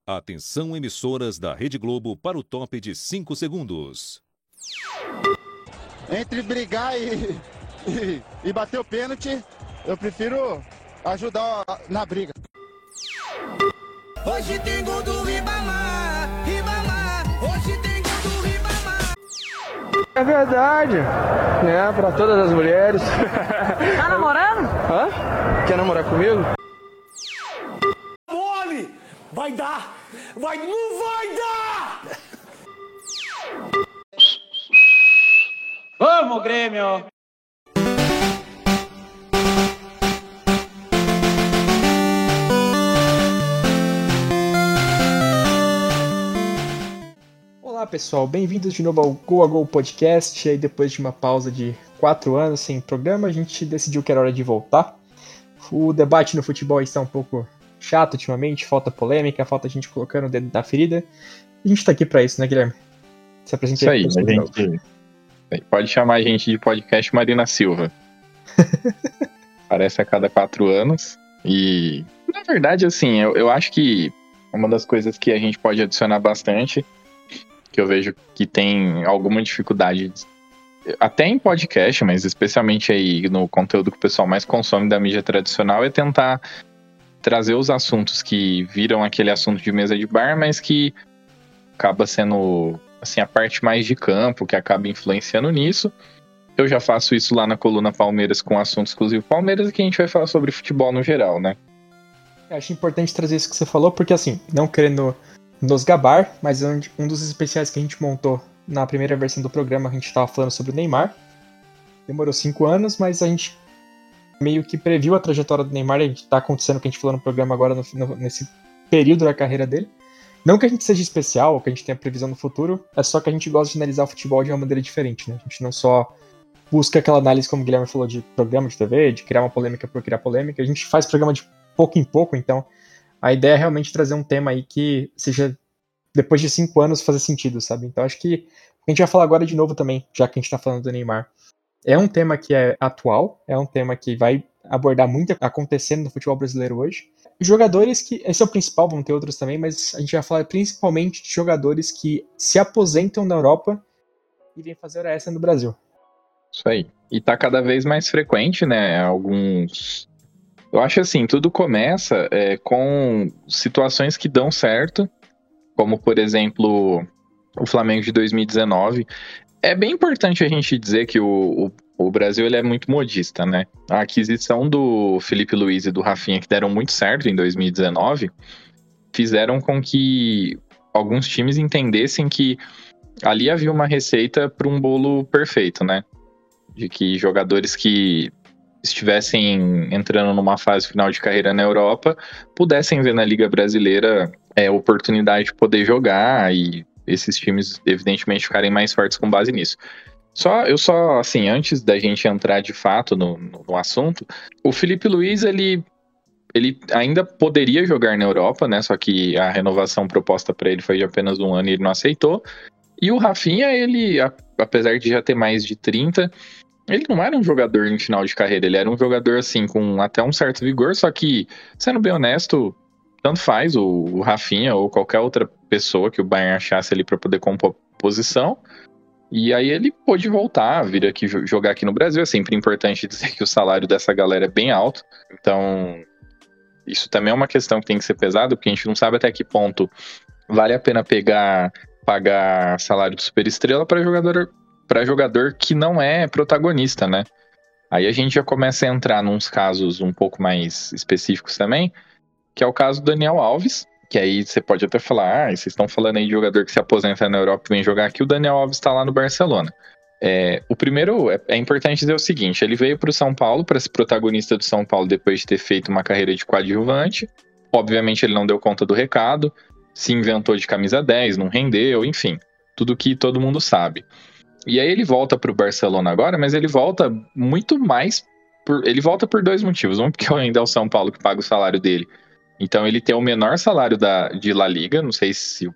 Atenção, emissoras da Rede Globo, para o top de 5 segundos. Entre brigar e bater o pênalti, eu prefiro ajudar na briga. Hoje tem gol do Ribamar, Ribamar, hoje tem gol do Ribamar. É verdade, né? Pra todas as mulheres. Tá namorando? Hã? Quer namorar comigo? Mole! Vai dar! Vai, não vai dar! Vamos, Grêmio! Olá pessoal, bem-vindos de novo ao Gol a Gol Podcast. Aí depois de uma pausa de 4 anos sem programa, a gente decidiu que era hora de voltar. O debate no futebol está um pouco chato ultimamente, falta polêmica, falta a gente colocando o dedo na ferida. A gente tá aqui pra isso, né, Guilherme? Se apresenta isso aí, a gente pode chamar a gente de podcast Marina Silva. Aparece a cada 4 anos. E, na verdade, assim, eu acho que uma das coisas que a gente pode adicionar bastante, que eu vejo que tem alguma dificuldade, até em podcast, mas especialmente aí no conteúdo que o pessoal mais consome da mídia tradicional, é tentar trazer os assuntos que viram aquele assunto de mesa de bar, mas que acaba sendo, assim, a parte mais de campo, que acaba influenciando nisso. Eu já faço isso lá na coluna Palmeiras com assunto exclusivo Palmeiras, que a gente vai falar sobre futebol no geral, né? Eu acho importante trazer isso que você falou, porque assim, não querendo nos gabar, mas um dos especiais que a gente montou na primeira versão do programa, a gente estava falando sobre o Neymar. Demorou 5 anos, mas a gente meio que previu a trajetória do Neymar, e está acontecendo o que a gente falou no programa agora, nesse período da carreira dele. Não que a gente seja especial, ou que a gente tenha previsão no futuro, é só que a gente gosta de analisar o futebol de uma maneira diferente, né? A gente não só busca aquela análise, como o Guilherme falou, de programa de TV, de criar uma polêmica por criar polêmica. A gente faz programa de pouco em pouco, então a ideia é realmente trazer um tema aí que seja, depois de 5 anos, fazer sentido, sabe? Então acho que a gente vai falar agora de novo também, já que a gente tá falando do Neymar. É um tema que é atual, é um tema que vai abordar muito acontecendo no futebol brasileiro hoje. Jogadores que, esse é o principal, vão ter outros também, mas a gente vai falar principalmente de jogadores que se aposentam na Europa e vêm fazer hora extra no Brasil. Isso aí. E tá cada vez mais frequente, né? Alguns... Eu acho assim, tudo começa com situações que dão certo, como, por exemplo, o Flamengo de 2019. É bem importante a gente dizer que o Brasil ele é muito modista, né? A aquisição do Felipe Luiz e do Rafinha, que deram muito certo em 2019, fizeram com que alguns times entendessem que ali havia uma receita para um bolo perfeito, né? De que jogadores que estivessem entrando numa fase final de carreira na Europa pudessem ver na Liga Brasileira oportunidade de poder jogar e esses times, evidentemente, ficarem mais fortes com base nisso. Assim, antes da gente entrar de fato no assunto, o Felipe Luiz, ele ainda poderia jogar na Europa, né? Só que a renovação proposta para ele foi de apenas 1 ano e ele não aceitou. E o Rafinha, ele, apesar de já ter mais de 30, ele não era um jogador em final de carreira, ele era um jogador, assim, com até um certo vigor, só que, sendo bem honesto, tanto faz o Rafinha ou qualquer outra pessoa que o Bayern achasse ali para poder compor posição. E aí ele pôde voltar, vir aqui jogar aqui no Brasil. É sempre importante dizer que o salário dessa galera é bem alto. Então, isso também é uma questão que tem que ser pesada, porque a gente não sabe até que ponto vale a pena pagar salário de superestrela para jogador que não é protagonista, né? Aí a gente já começa a entrar nos casos um pouco mais específicos também, que é o caso do Daniel Alves, que aí você pode até falar, vocês estão falando aí de jogador que se aposenta na Europa e vem jogar aqui, o Daniel Alves está lá no Barcelona. O primeiro, é importante dizer o seguinte, ele veio para o São Paulo, para ser protagonista do São Paulo depois de ter feito uma carreira de coadjuvante. Obviamente ele não deu conta do recado, se inventou de camisa 10, não rendeu, enfim, tudo que todo mundo sabe. E aí ele volta para o Barcelona agora, mas ele volta muito mais, ele volta por 2 motivos. Um, porque ainda é o São Paulo que paga o salário dele. Então ele tem o menor salário de La Liga, não sei se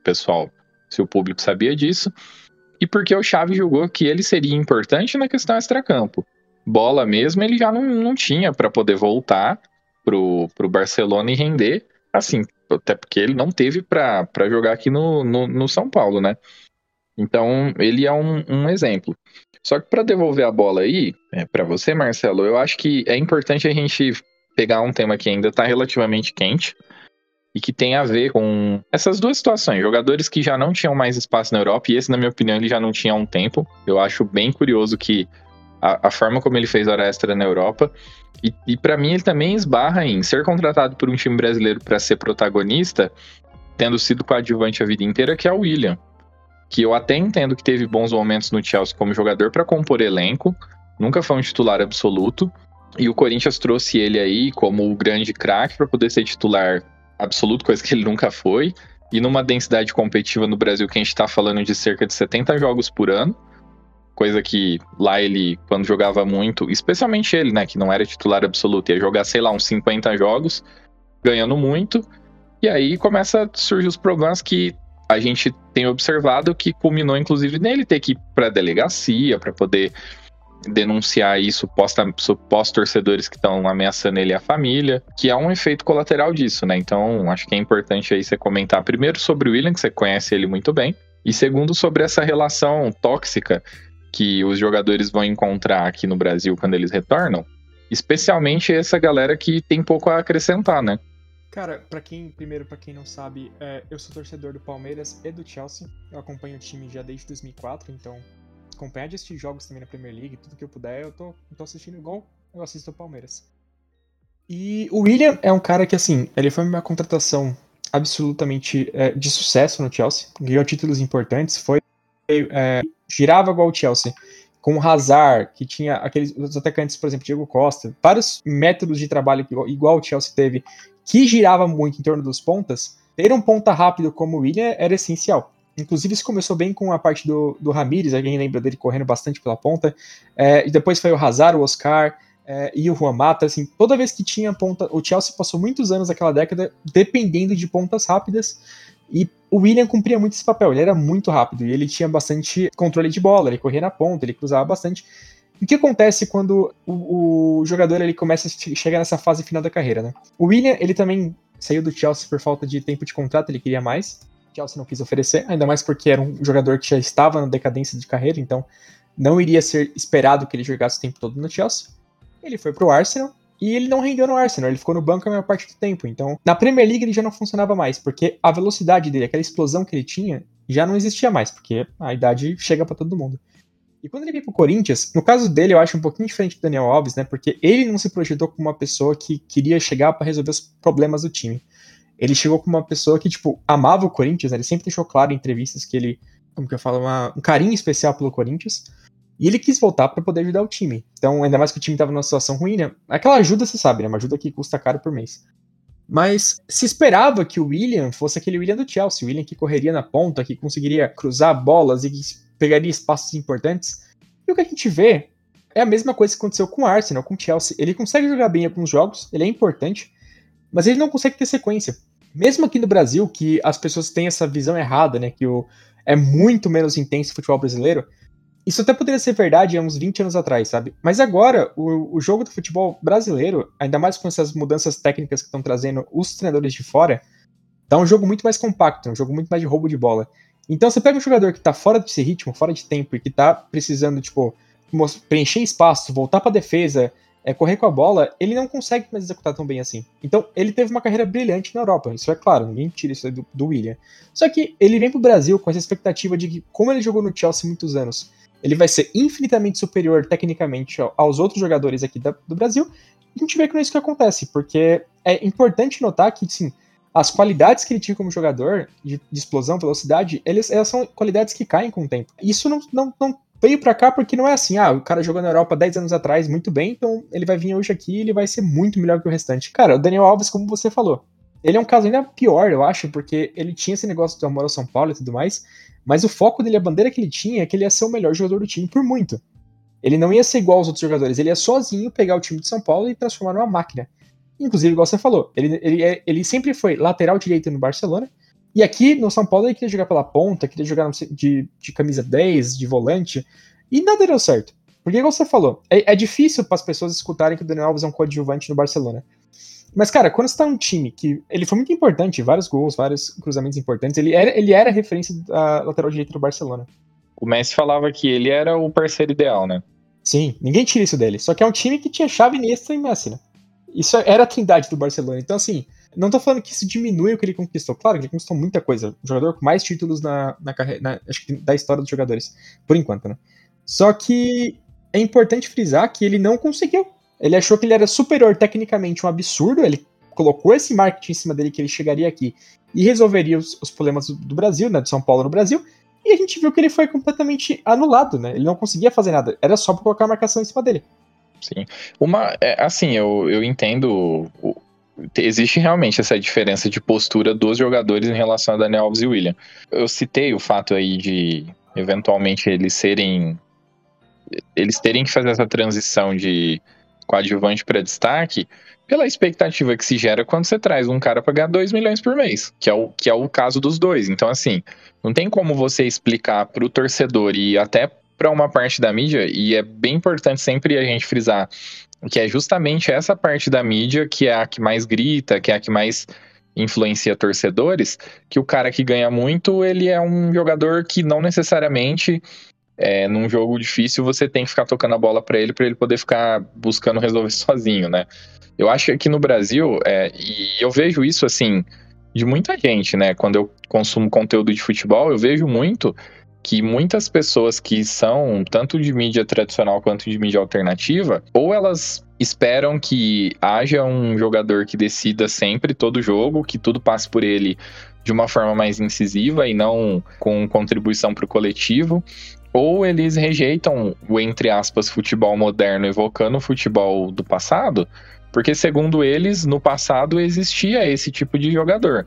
o público sabia disso, e porque o Xavi julgou que ele seria importante na questão extracampo. Bola mesmo ele já não tinha para poder voltar pro Barcelona e render, assim, até porque ele não teve pra jogar aqui no São Paulo, né? Então, ele é um exemplo. Só que para devolver a bola aí, para você, Marcelo, eu acho que é importante a gente pegar um tema que ainda está relativamente quente e que tem a ver com essas duas situações. Jogadores que já não tinham mais espaço na Europa, e esse, na minha opinião, ele já não tinha há um tempo. Eu acho bem curioso que a forma como ele fez hora extra na Europa, e para mim ele também esbarra em ser contratado por um time brasileiro para ser protagonista, tendo sido coadjuvante a vida inteira, que é o William. Que eu até entendo que teve bons momentos no Chelsea como jogador para compor elenco, nunca foi um titular absoluto, e o Corinthians trouxe ele aí como o grande craque para poder ser titular absoluto, coisa que ele nunca foi, e numa densidade competitiva no Brasil que a gente está falando de cerca de 70 jogos por ano, coisa que lá ele, quando jogava muito, especialmente ele, né, que não era titular absoluto, ia jogar, sei lá, uns 50 jogos, ganhando muito, e aí começa a surgir os problemas que a gente tem observado, que culminou inclusive nele ter que ir para a delegacia para poder denunciar aí supostos torcedores que estão ameaçando ele e a família, que é um efeito colateral disso, né? Então acho que é importante aí você comentar primeiro sobre o William, que você conhece ele muito bem, e segundo sobre essa relação tóxica que os jogadores vão encontrar aqui no Brasil quando eles retornam, especialmente essa galera que tem pouco a acrescentar, né? Cara, pra quem não sabe, eu sou torcedor do Palmeiras e do Chelsea. Eu acompanho o time já desde 2004, então acompanhar de assistir jogos também na Premier League, tudo que eu puder, eu tô assistindo igual eu assisto o Palmeiras. E o William é um cara que, assim, ele foi uma contratação absolutamente de sucesso no Chelsea, ganhou títulos importantes, girava igual o Chelsea, com o Hazard, que tinha os atacantes, por exemplo, Diego Costa, vários métodos de trabalho igual o Chelsea teve, que girava muito em torno dos pontas. Ter um ponta rápido como o William era essencial. Inclusive isso começou bem com a parte do Ramires, alguém lembra dele correndo bastante pela ponta, e depois foi o Hazard, o Oscar e o Juan Mata. Assim, toda vez que tinha ponta, o Chelsea passou muitos anos naquela década dependendo de pontas rápidas, e o William cumpria muito esse papel. Ele era muito rápido e ele tinha bastante controle de bola, ele corria na ponta, ele cruzava bastante. E o que acontece quando o jogador ele começa a chegar nessa fase final da carreira, né? O William, ele também saiu do Chelsea por falta de tempo de contrato, ele queria mais. O Chelsea não quis oferecer, ainda mais porque era um jogador que já estava na decadência de carreira, então não iria ser esperado que ele jogasse o tempo todo no Chelsea. Ele foi pro Arsenal e ele não rendeu no Arsenal, ele ficou no banco a maior parte do tempo. Então, na Premier League ele já não funcionava mais, porque a velocidade dele, aquela explosão que ele tinha, já não existia mais, porque a idade chega pra todo mundo. E quando ele veio pro Corinthians, no caso dele eu acho um pouquinho diferente do Daniel Alves, né? Porque ele não se projetou como uma pessoa que queria chegar para resolver os problemas do time. Ele chegou como uma pessoa que, tipo, amava o Corinthians, né? Ele sempre deixou claro em entrevistas que ele, como que eu falo, um carinho especial pelo Corinthians. E ele quis voltar para poder ajudar o time. Então, ainda mais que o time tava numa situação ruim, né? Aquela ajuda, você sabe, né? Uma ajuda que custa caro por mês. Mas se esperava que o William fosse aquele William do Chelsea, o William que correria na ponta, que conseguiria cruzar bolas e que pegaria espaços importantes. E o que a gente vê é a mesma coisa que aconteceu com o Arsenal, com o Chelsea. Ele consegue jogar bem em alguns jogos, ele é importante, mas ele não consegue ter sequência. Mesmo aqui no Brasil, que as pessoas têm essa visão errada, né, que é muito menos intenso o futebol brasileiro, isso até poderia ser verdade há uns 20 anos atrás, sabe? Mas agora, o jogo do futebol brasileiro, ainda mais com essas mudanças técnicas que estão trazendo os treinadores de fora, tá um jogo muito mais compacto, um jogo muito mais de roubo de bola. Então você pega um jogador que tá fora desse ritmo, fora de tempo, e que tá precisando, tipo, preencher espaço, voltar pra defesa, correr com a bola, ele não consegue mais executar tão bem assim. Então ele teve uma carreira brilhante na Europa, isso é claro, ninguém tira isso do William. Só que ele vem pro Brasil com essa expectativa de que, como ele jogou no Chelsea muitos anos, ele vai ser infinitamente superior tecnicamente aos outros jogadores aqui do Brasil, e a gente vê que não é isso que acontece, porque é importante notar que, sim, as qualidades que ele tinha como jogador, de explosão, velocidade, elas são qualidades que caem com o tempo. Isso não veio pra cá porque não é assim, o cara jogou na Europa 10 anos atrás muito bem, então ele vai vir hoje aqui e ele vai ser muito melhor que o restante. Cara, o Daniel Alves, como você falou, ele é um caso ainda pior, eu acho, porque ele tinha esse negócio do amor ao São Paulo e tudo mais, mas o foco dele, a bandeira que ele tinha, é que ele ia ser o melhor jogador do time por muito. Ele não ia ser igual aos outros jogadores, ele ia sozinho pegar o time de São Paulo e transformar numa máquina. Inclusive, igual você falou, ele sempre foi lateral direito no Barcelona, e aqui no São Paulo ele queria jogar pela ponta, queria jogar de camisa 10, de volante, e nada deu certo. Porque, igual você falou, é difícil para as pessoas escutarem que o Daniel Alves é um coadjuvante no Barcelona. Mas, cara, quando você tá num time que ele foi muito importante, vários gols, vários cruzamentos importantes, ele era a referência da lateral direita do Barcelona. O Messi falava que ele era o parceiro ideal, né? Sim, ninguém tira isso dele. Só que é um time que tinha Xavi, Iniesta e Messi, né? Isso era a trindade do Barcelona. Então, assim, não tô falando que isso diminui o que ele conquistou. Claro que ele conquistou muita coisa. O jogador com mais títulos na carreira, acho que da história dos jogadores, por enquanto, né? Só que é importante frisar que ele não conseguiu. Ele achou que ele era superior tecnicamente, um absurdo. Ele colocou esse marketing em cima dele que ele chegaria aqui e resolveria os problemas do Brasil, né? De São Paulo no Brasil. E a gente viu que ele foi completamente anulado, né? Ele não conseguia fazer nada. Era só pra colocar a marcação em cima dele. Sim. Assim, eu entendo. Existe realmente essa diferença de postura dos jogadores em relação a Daniel Alves e William. Eu citei o fato aí de, eventualmente, eles terem que fazer essa transição de coadjuvante para destaque pela expectativa que se gera quando você traz um cara para ganhar 2 milhões por mês, que é o caso dos dois. Então, assim, não tem como você explicar para o torcedor e até para uma parte da mídia, e é bem importante sempre a gente frisar que é justamente essa parte da mídia que é a que mais grita, que é a que mais influencia torcedores, que o cara que ganha muito, ele é um jogador que não necessariamente, num jogo difícil, você tem que ficar tocando a bola para ele poder ficar buscando resolver sozinho, né? Eu acho que aqui no Brasil, e eu vejo isso, assim, de muita gente, né? Quando eu consumo conteúdo de futebol, eu vejo muito que muitas pessoas que são tanto de mídia tradicional quanto de mídia alternativa, ou elas esperam que haja um jogador que decida sempre todo jogo, que tudo passe por ele de uma forma mais incisiva e não com contribuição para o coletivo, ou eles rejeitam o, entre aspas, futebol moderno, evocando o futebol do passado, porque segundo eles, no passado existia esse tipo de jogador.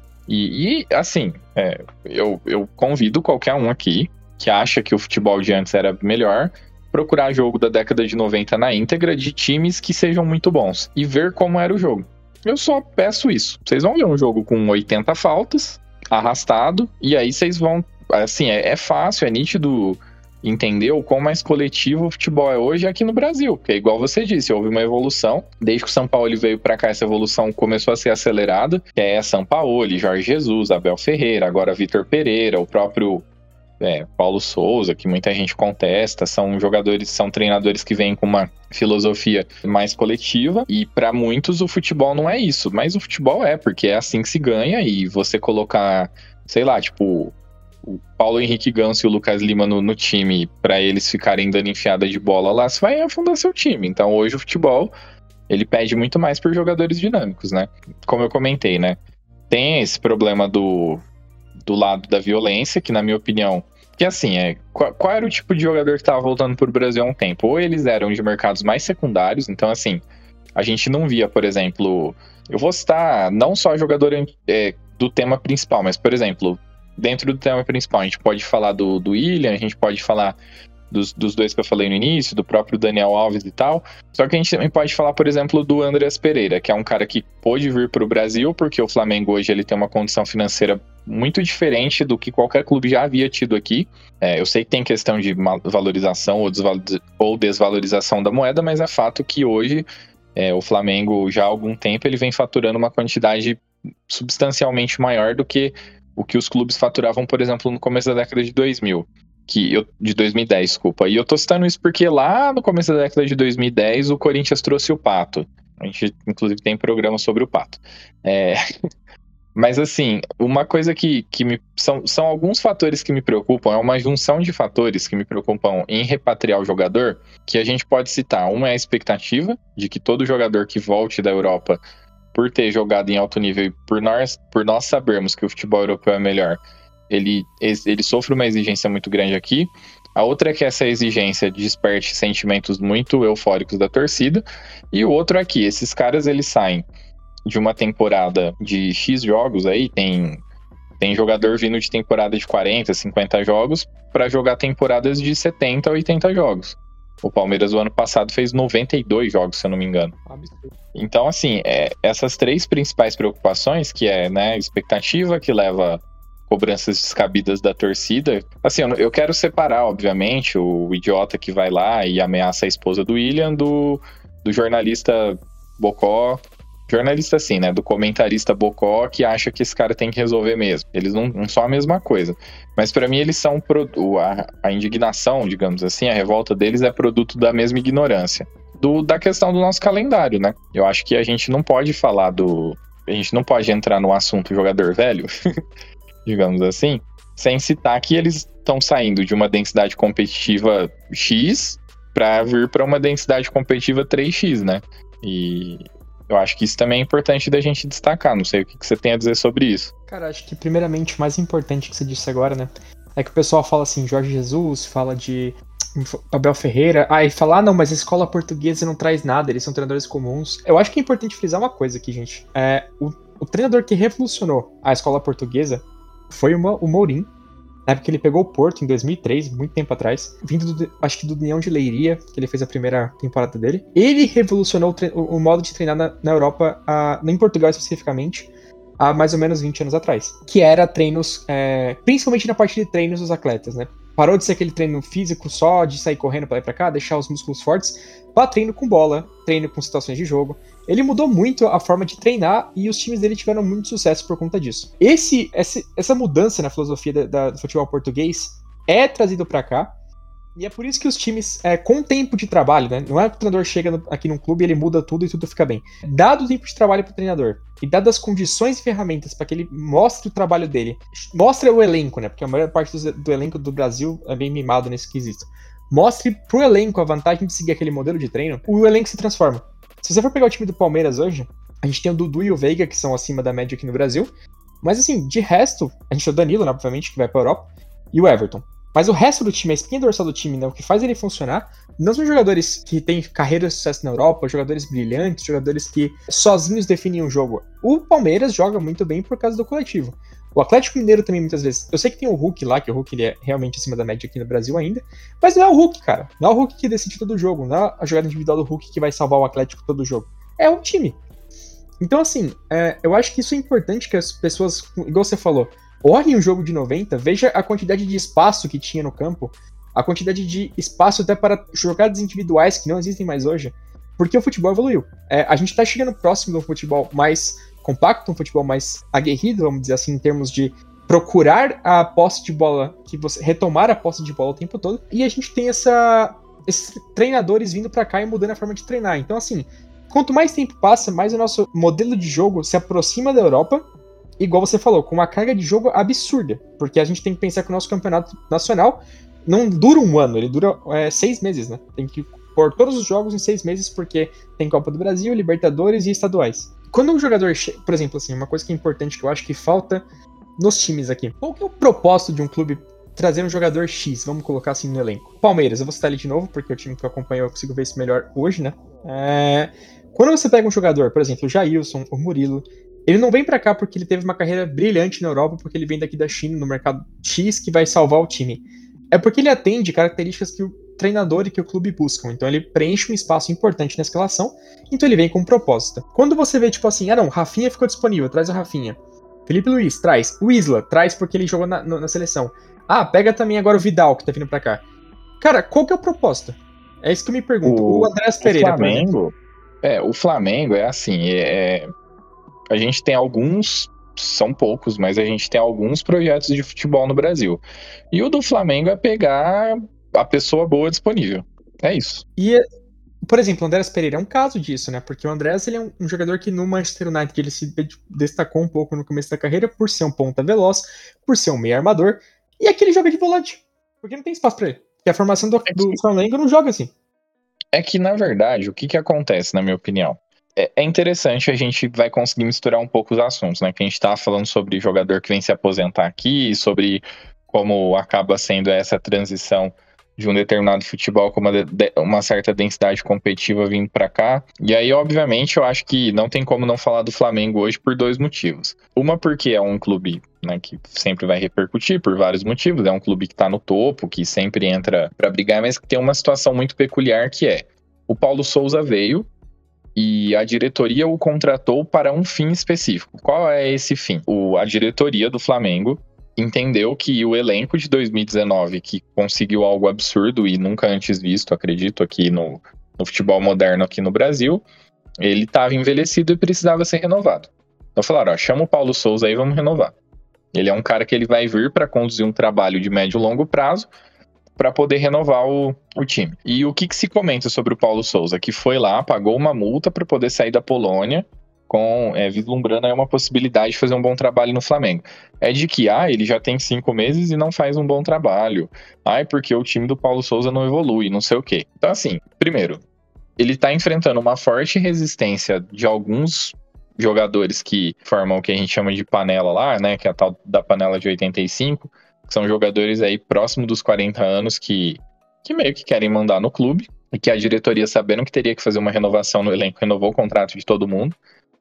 E assim, eu convido qualquer um aqui que acha que o futebol de antes era melhor, procurar jogo da década de 90 na íntegra de times que sejam muito bons e ver como era o jogo. Eu só peço isso. Vocês vão ver um jogo com 80 faltas, arrastado, e aí vocês vão... Assim, é fácil, é nítido entender o quão mais coletivo o futebol é hoje aqui no Brasil, que é igual você disse, houve uma evolução, desde que o Sampaoli veio pra cá, essa evolução começou a ser acelerada, que é Sampaoli, Jorge Jesus, Abel Ferreira, agora Vitor Pereira, o próprio Paulo Souza, que muita gente contesta, são treinadores que vêm com uma filosofia mais coletiva, e para muitos o futebol não é isso, mas o futebol porque é assim que se ganha, e você colocar, sei lá, tipo, o Paulo Henrique Ganso e o Lucas Lima no time, para eles ficarem dando enfiada de bola lá, você vai afundar seu time. Então hoje o futebol, ele pede muito mais por jogadores dinâmicos, né? Como eu comentei, né? Tem esse problema do lado da violência, que na minha opinião, que assim, qual era o tipo de jogador que estava voltando pro Brasil há um tempo? Ou eles eram de mercados mais secundários, então assim, a gente não via, por exemplo, eu vou citar não só jogador do tema principal, mas, por exemplo, dentro do tema principal, a gente pode falar do William, a gente pode falar dos dois que eu falei no início, do próprio Daniel Alves e tal. Só que a gente também pode falar, por exemplo, do Andreas Pereira, que é um cara que pôde vir para o Brasil, porque o Flamengo hoje ele tem uma condição financeira muito diferente do que qualquer clube já havia tido aqui. Eu sei que tem questão de valorização ou desvalorização da moeda, mas é fato que hoje o Flamengo já há algum tempo ele vem faturando uma quantidade substancialmente maior do que o que os clubes faturavam, por exemplo, no começo da década de 2000. De 2010, desculpa. E eu tô citando isso porque lá no começo da década de 2010 o Corinthians trouxe o Pato. A gente, inclusive, tem programa sobre o Pato. Mas, assim, uma coisa que são alguns fatores que me preocupam, é uma junção de fatores que me preocupam em repatriar o jogador, que a gente pode citar. Uma é a expectativa de que todo jogador que volte da Europa, por ter jogado em alto nível e por nós sabermos que o futebol europeu é melhor, ele sofre uma exigência muito grande aqui. A outra é que essa exigência desperte sentimentos muito eufóricos da torcida. E o outro é que esses caras, eles saem de uma temporada de X jogos aí, tem jogador vindo de temporada de 40, 50 jogos para jogar temporadas de 70, 80 jogos. O Palmeiras, o ano passado, fez 92 jogos, se eu não me engano. Então, assim, essas três principais preocupações, que é, né, expectativa, que leva cobranças descabidas da torcida. Assim, eu quero separar, obviamente, o idiota que vai lá e ameaça a esposa do William do jornalista bocó jornalista assim, né? Do comentarista bocó que acha que esse cara tem que resolver mesmo. Eles não são a mesma coisa. Mas pra mim eles são... A indignação, digamos assim, a revolta deles é produto da mesma ignorância. Da questão do nosso calendário, né? Eu acho que a gente não pode falar a gente não pode entrar no assunto jogador velho, digamos assim, sem citar que eles estão saindo de uma densidade competitiva X para vir para uma densidade competitiva 3X, né? E eu acho que isso também é importante da gente destacar. Não sei o que você tem a dizer sobre isso. Cara, acho que primeiramente o mais importante que você disse agora, né, é que o pessoal fala assim, Jorge Jesus, fala de Abel Ferreira, e fala, não, mas a escola portuguesa não traz nada, eles são treinadores comuns. Eu acho que é importante frisar uma coisa aqui, gente. O treinador que revolucionou a escola portuguesa foi o Mourinho, na época que ele pegou o Porto em 2003, muito tempo atrás, vindo acho que do União de Leiria, que ele fez a primeira temporada dele. Ele revolucionou o modo de treinar na Europa, em Portugal especificamente, há mais ou menos 20 anos atrás, que era treinos, principalmente na parte de treinos dos atletas, né? Parou de ser aquele treino físico só, de sair correndo pra lá e pra cá, deixar os músculos fortes, pra treino com bola, treino com situações de jogo. Ele mudou muito a forma de treinar e os times dele tiveram muito sucesso por conta disso. Essa mudança na filosofia do futebol português é trazido pra cá, e é por isso que os times, com tempo de trabalho, né? Não é que o treinador chega aqui num clube e ele muda tudo e tudo fica bem. Dado o tempo de trabalho pro treinador e dadas as condições e ferramentas para que ele mostre o trabalho dele, mostre o elenco, né? Porque a maior parte do elenco do Brasil é bem mimado nesse quesito. Mostre pro elenco a vantagem de seguir aquele modelo de treino, o elenco se transforma. Se você for pegar o time do Palmeiras hoje, a gente tem o Dudu e o Veiga, que são acima da média aqui no Brasil. Mas assim, de resto, a gente tem o Danilo, né, obviamente, que vai pra Europa, e o Everton. Mas o resto do time, a espinha dorsal do time, né, o que faz ele funcionar, não são jogadores que têm carreira de sucesso na Europa, jogadores brilhantes, jogadores que sozinhos definem um jogo. O Palmeiras joga muito bem por causa do coletivo. O Atlético Mineiro também, muitas vezes. Eu sei que tem o Hulk lá, que o Hulk ele é realmente acima da média aqui no Brasil ainda, mas não é o Hulk, cara. Não é o Hulk que decide todo o jogo, não é a jogada individual do Hulk que vai salvar o Atlético todo o jogo. É o time. Então, assim, eu acho que isso é importante que as pessoas, igual você falou, olhem o jogo de 90, veja a quantidade de espaço que tinha no campo, a quantidade de espaço até para jogadas individuais que não existem mais hoje, porque o futebol evoluiu. A gente tá chegando próximo de um futebol mais compacto, um futebol mais aguerrido, vamos dizer assim, em termos de procurar a posse de bola, retomar a posse de bola o tempo todo, e a gente tem esses treinadores vindo pra cá e mudando a forma de treinar. Então, assim, quanto mais tempo passa, mais o nosso modelo de jogo se aproxima da Europa, igual você falou, com uma carga de jogo absurda, porque a gente tem que pensar que o nosso campeonato nacional não dura um ano, ele dura 6 meses, né? Tem que pôr todos os jogos em 6 meses, porque tem Copa do Brasil, Libertadores e estaduais. Quando um jogador, por exemplo, assim, uma coisa que é importante que eu acho que falta nos times aqui, qual que é o propósito de um clube trazer um jogador X, vamos colocar assim no elenco? Palmeiras, eu vou citar ele de novo, porque é o time que eu acompanho eu consigo ver isso melhor hoje, né? Quando você pega um jogador, por exemplo, o Jailson, o Murilo, ele não vem pra cá porque ele teve uma carreira brilhante na Europa, porque ele vem daqui da China, no mercado X, que vai salvar o time. É porque ele atende características que o treinador e que o clube buscam. Então ele preenche um espaço importante na escalação, então ele vem com um propósito. Quando você vê, tipo assim, não, Rafinha ficou disponível, traz o Rafinha. Felipe Luiz, traz. O Isla, traz porque ele jogou na seleção. Pega também agora o Vidal, que tá vindo pra cá. Cara, qual que é o propósito? É isso que eu me pergunto. O Andrés Pereira, por exemplo. O Flamengo é assim, a gente tem alguns, são poucos, mas a gente tem alguns projetos de futebol no Brasil. E o do Flamengo é pegar a pessoa boa disponível. É isso. E, por exemplo, o Andrés Pereira é um caso disso, né? Porque o Andrés ele é um jogador que no Manchester United ele se destacou um pouco no começo da carreira por ser um ponta veloz, por ser um meio armador, e aqui ele joga de volante, porque não tem espaço pra ele. E a formação do Flamengo não joga assim. É que, na verdade, o que acontece, na minha opinião? É interessante, a gente vai conseguir misturar um pouco os assuntos, né? Que a gente tá falando sobre jogador que vem se aposentar aqui, sobre como acaba sendo essa transição de um determinado futebol com uma certa densidade competitiva vindo pra cá. E aí, obviamente, eu acho que não tem como não falar do Flamengo hoje por 2 motivos. Uma, porque é um clube, né, que sempre vai repercutir por vários motivos. É um clube que tá no topo, que sempre entra pra brigar, mas que tem uma situação muito peculiar que é: o Paulo Souza veio e a diretoria o contratou para um fim específico. Qual é esse fim? A diretoria do Flamengo entendeu que o elenco de 2019, que conseguiu algo absurdo e nunca antes visto, acredito, aqui no futebol moderno aqui no Brasil, ele estava envelhecido e precisava ser renovado. Então falaram, ó, chama o Paulo Souza aí, vamos renovar. Ele é um cara que ele vai vir para conduzir um trabalho de médio e longo prazo para poder renovar o time. E o que se comenta sobre o Paulo Souza? Que foi lá, pagou uma multa para poder sair da Polônia, vislumbrando aí uma possibilidade de fazer um bom trabalho no Flamengo. É de que, ele já tem 5 meses e não faz um bom trabalho. É porque o time do Paulo Souza não evolui, não sei o quê. Então, assim, primeiro, ele tá enfrentando uma forte resistência de alguns jogadores que formam o que a gente chama de panela lá, né, que é a tal da panela de 85, que são jogadores aí próximo dos 40 anos que meio que querem mandar no clube, e que a diretoria, sabendo que teria que fazer uma renovação no elenco, renovou o contrato de todo mundo.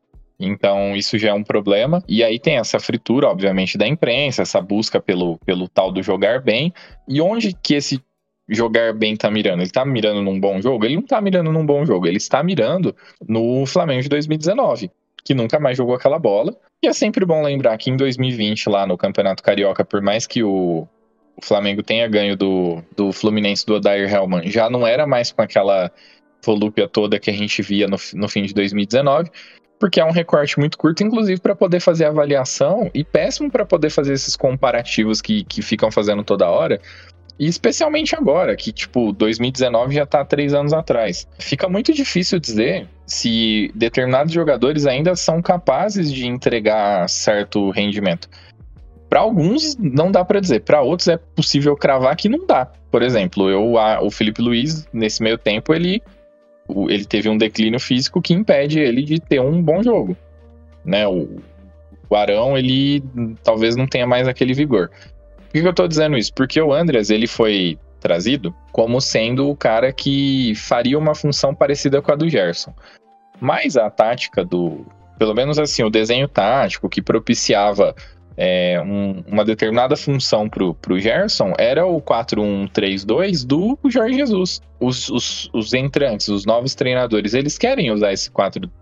Então isso já é um problema. E aí tem essa fritura, obviamente, da imprensa, essa busca pelo tal do jogar bem. E onde que esse jogar bem tá mirando? Ele tá mirando num bom jogo? Ele não tá mirando num bom jogo, ele está mirando no Flamengo de 2019, que nunca mais jogou aquela bola. E é sempre bom lembrar que em 2020, lá no Campeonato Carioca, por mais que o Flamengo tenha ganho do Fluminense do Odair Hellmann, já não era mais com aquela volúpia toda que a gente via no fim de 2019, porque é um recorte muito curto, inclusive para poder fazer avaliação, e péssimo para poder fazer esses comparativos que ficam fazendo toda hora. E especialmente agora, que, 2019 já tá 3 anos atrás. Fica muito difícil dizer se determinados jogadores ainda são capazes de entregar certo rendimento. Para alguns, não dá para dizer. Para outros, é possível cravar que não dá. Por exemplo, o Felipe Luiz, nesse meio tempo, ele teve um declínio físico que impede ele de ter um bom jogo. Né? O Arão, ele talvez não tenha mais aquele vigor. Por que eu tô dizendo isso? Porque o Andreas, ele foi trazido como sendo o cara que faria uma função parecida com a do Gerson. Mas a tática pelo menos assim, o desenho tático que propiciava uma determinada função pro Gerson era o 4-1-3-2 do Jorge Jesus. Os entrantes, os novos treinadores, eles querem usar esse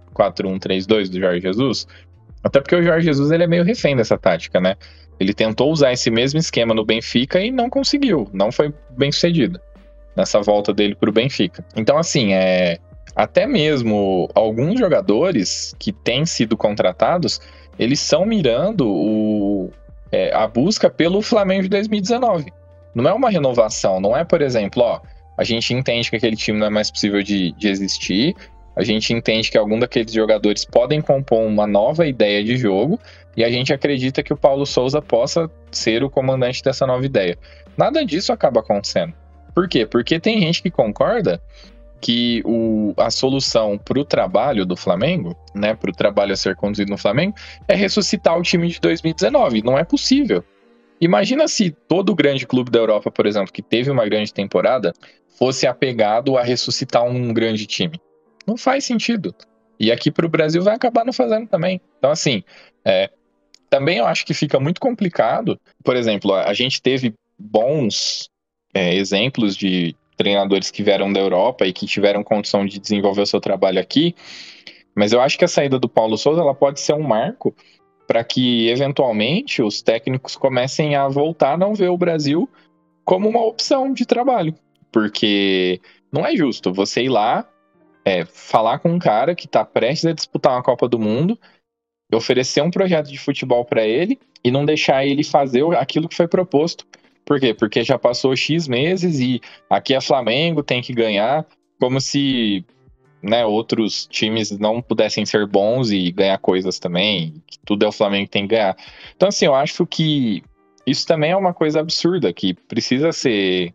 4-1-3-2 do Jorge Jesus? Até porque o Jorge Jesus, ele é meio refém dessa tática, né? Ele tentou usar esse mesmo esquema no Benfica e não conseguiu, não foi bem sucedido nessa volta dele pro Benfica. Então, assim, até mesmo alguns jogadores que têm sido contratados, eles estão mirando a busca pelo Flamengo de 2019. Não é uma renovação, não é, por exemplo, a gente entende que aquele time não é mais possível de existir, a gente entende que algum daqueles jogadores podem compor uma nova ideia de jogo, e a gente acredita que o Paulo Souza possa ser o comandante dessa nova ideia. Nada disso acaba acontecendo. Por quê? Porque tem gente que concorda que a solução para o trabalho do Flamengo, né, para o trabalho a ser conduzido no Flamengo, é ressuscitar o time de 2019. Não é possível. Imagina se todo grande clube da Europa, por exemplo, que teve uma grande temporada, fosse apegado a ressuscitar um grande time. Não faz sentido. E aqui para o Brasil vai acabar não fazendo também. Então, assim, também eu acho que fica muito complicado. Por exemplo, a gente teve bons exemplos de treinadores que vieram da Europa e que tiveram condição de desenvolver o seu trabalho aqui, mas eu acho que a saída do Paulo Souza ela pode ser um marco para que, eventualmente, os técnicos comecem a voltar a não ver o Brasil como uma opção de trabalho, porque não é justo você ir lá, falar com um cara que está prestes a disputar uma Copa do Mundo, oferecer um projeto de futebol para ele e não deixar ele fazer aquilo que foi proposto. Por quê? Porque já passou X meses e aqui é Flamengo, tem que ganhar, como se, né, outros times não pudessem ser bons e ganhar coisas também, que tudo é o Flamengo que tem que ganhar. Então, assim, eu acho que isso também é uma coisa absurda, que precisa ser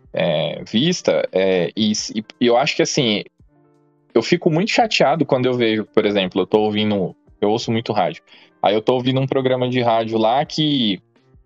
vista, e eu acho que, assim, eu fico muito chateado quando eu vejo, por exemplo, eu ouço muito rádio, aí eu tô ouvindo um programa de rádio lá que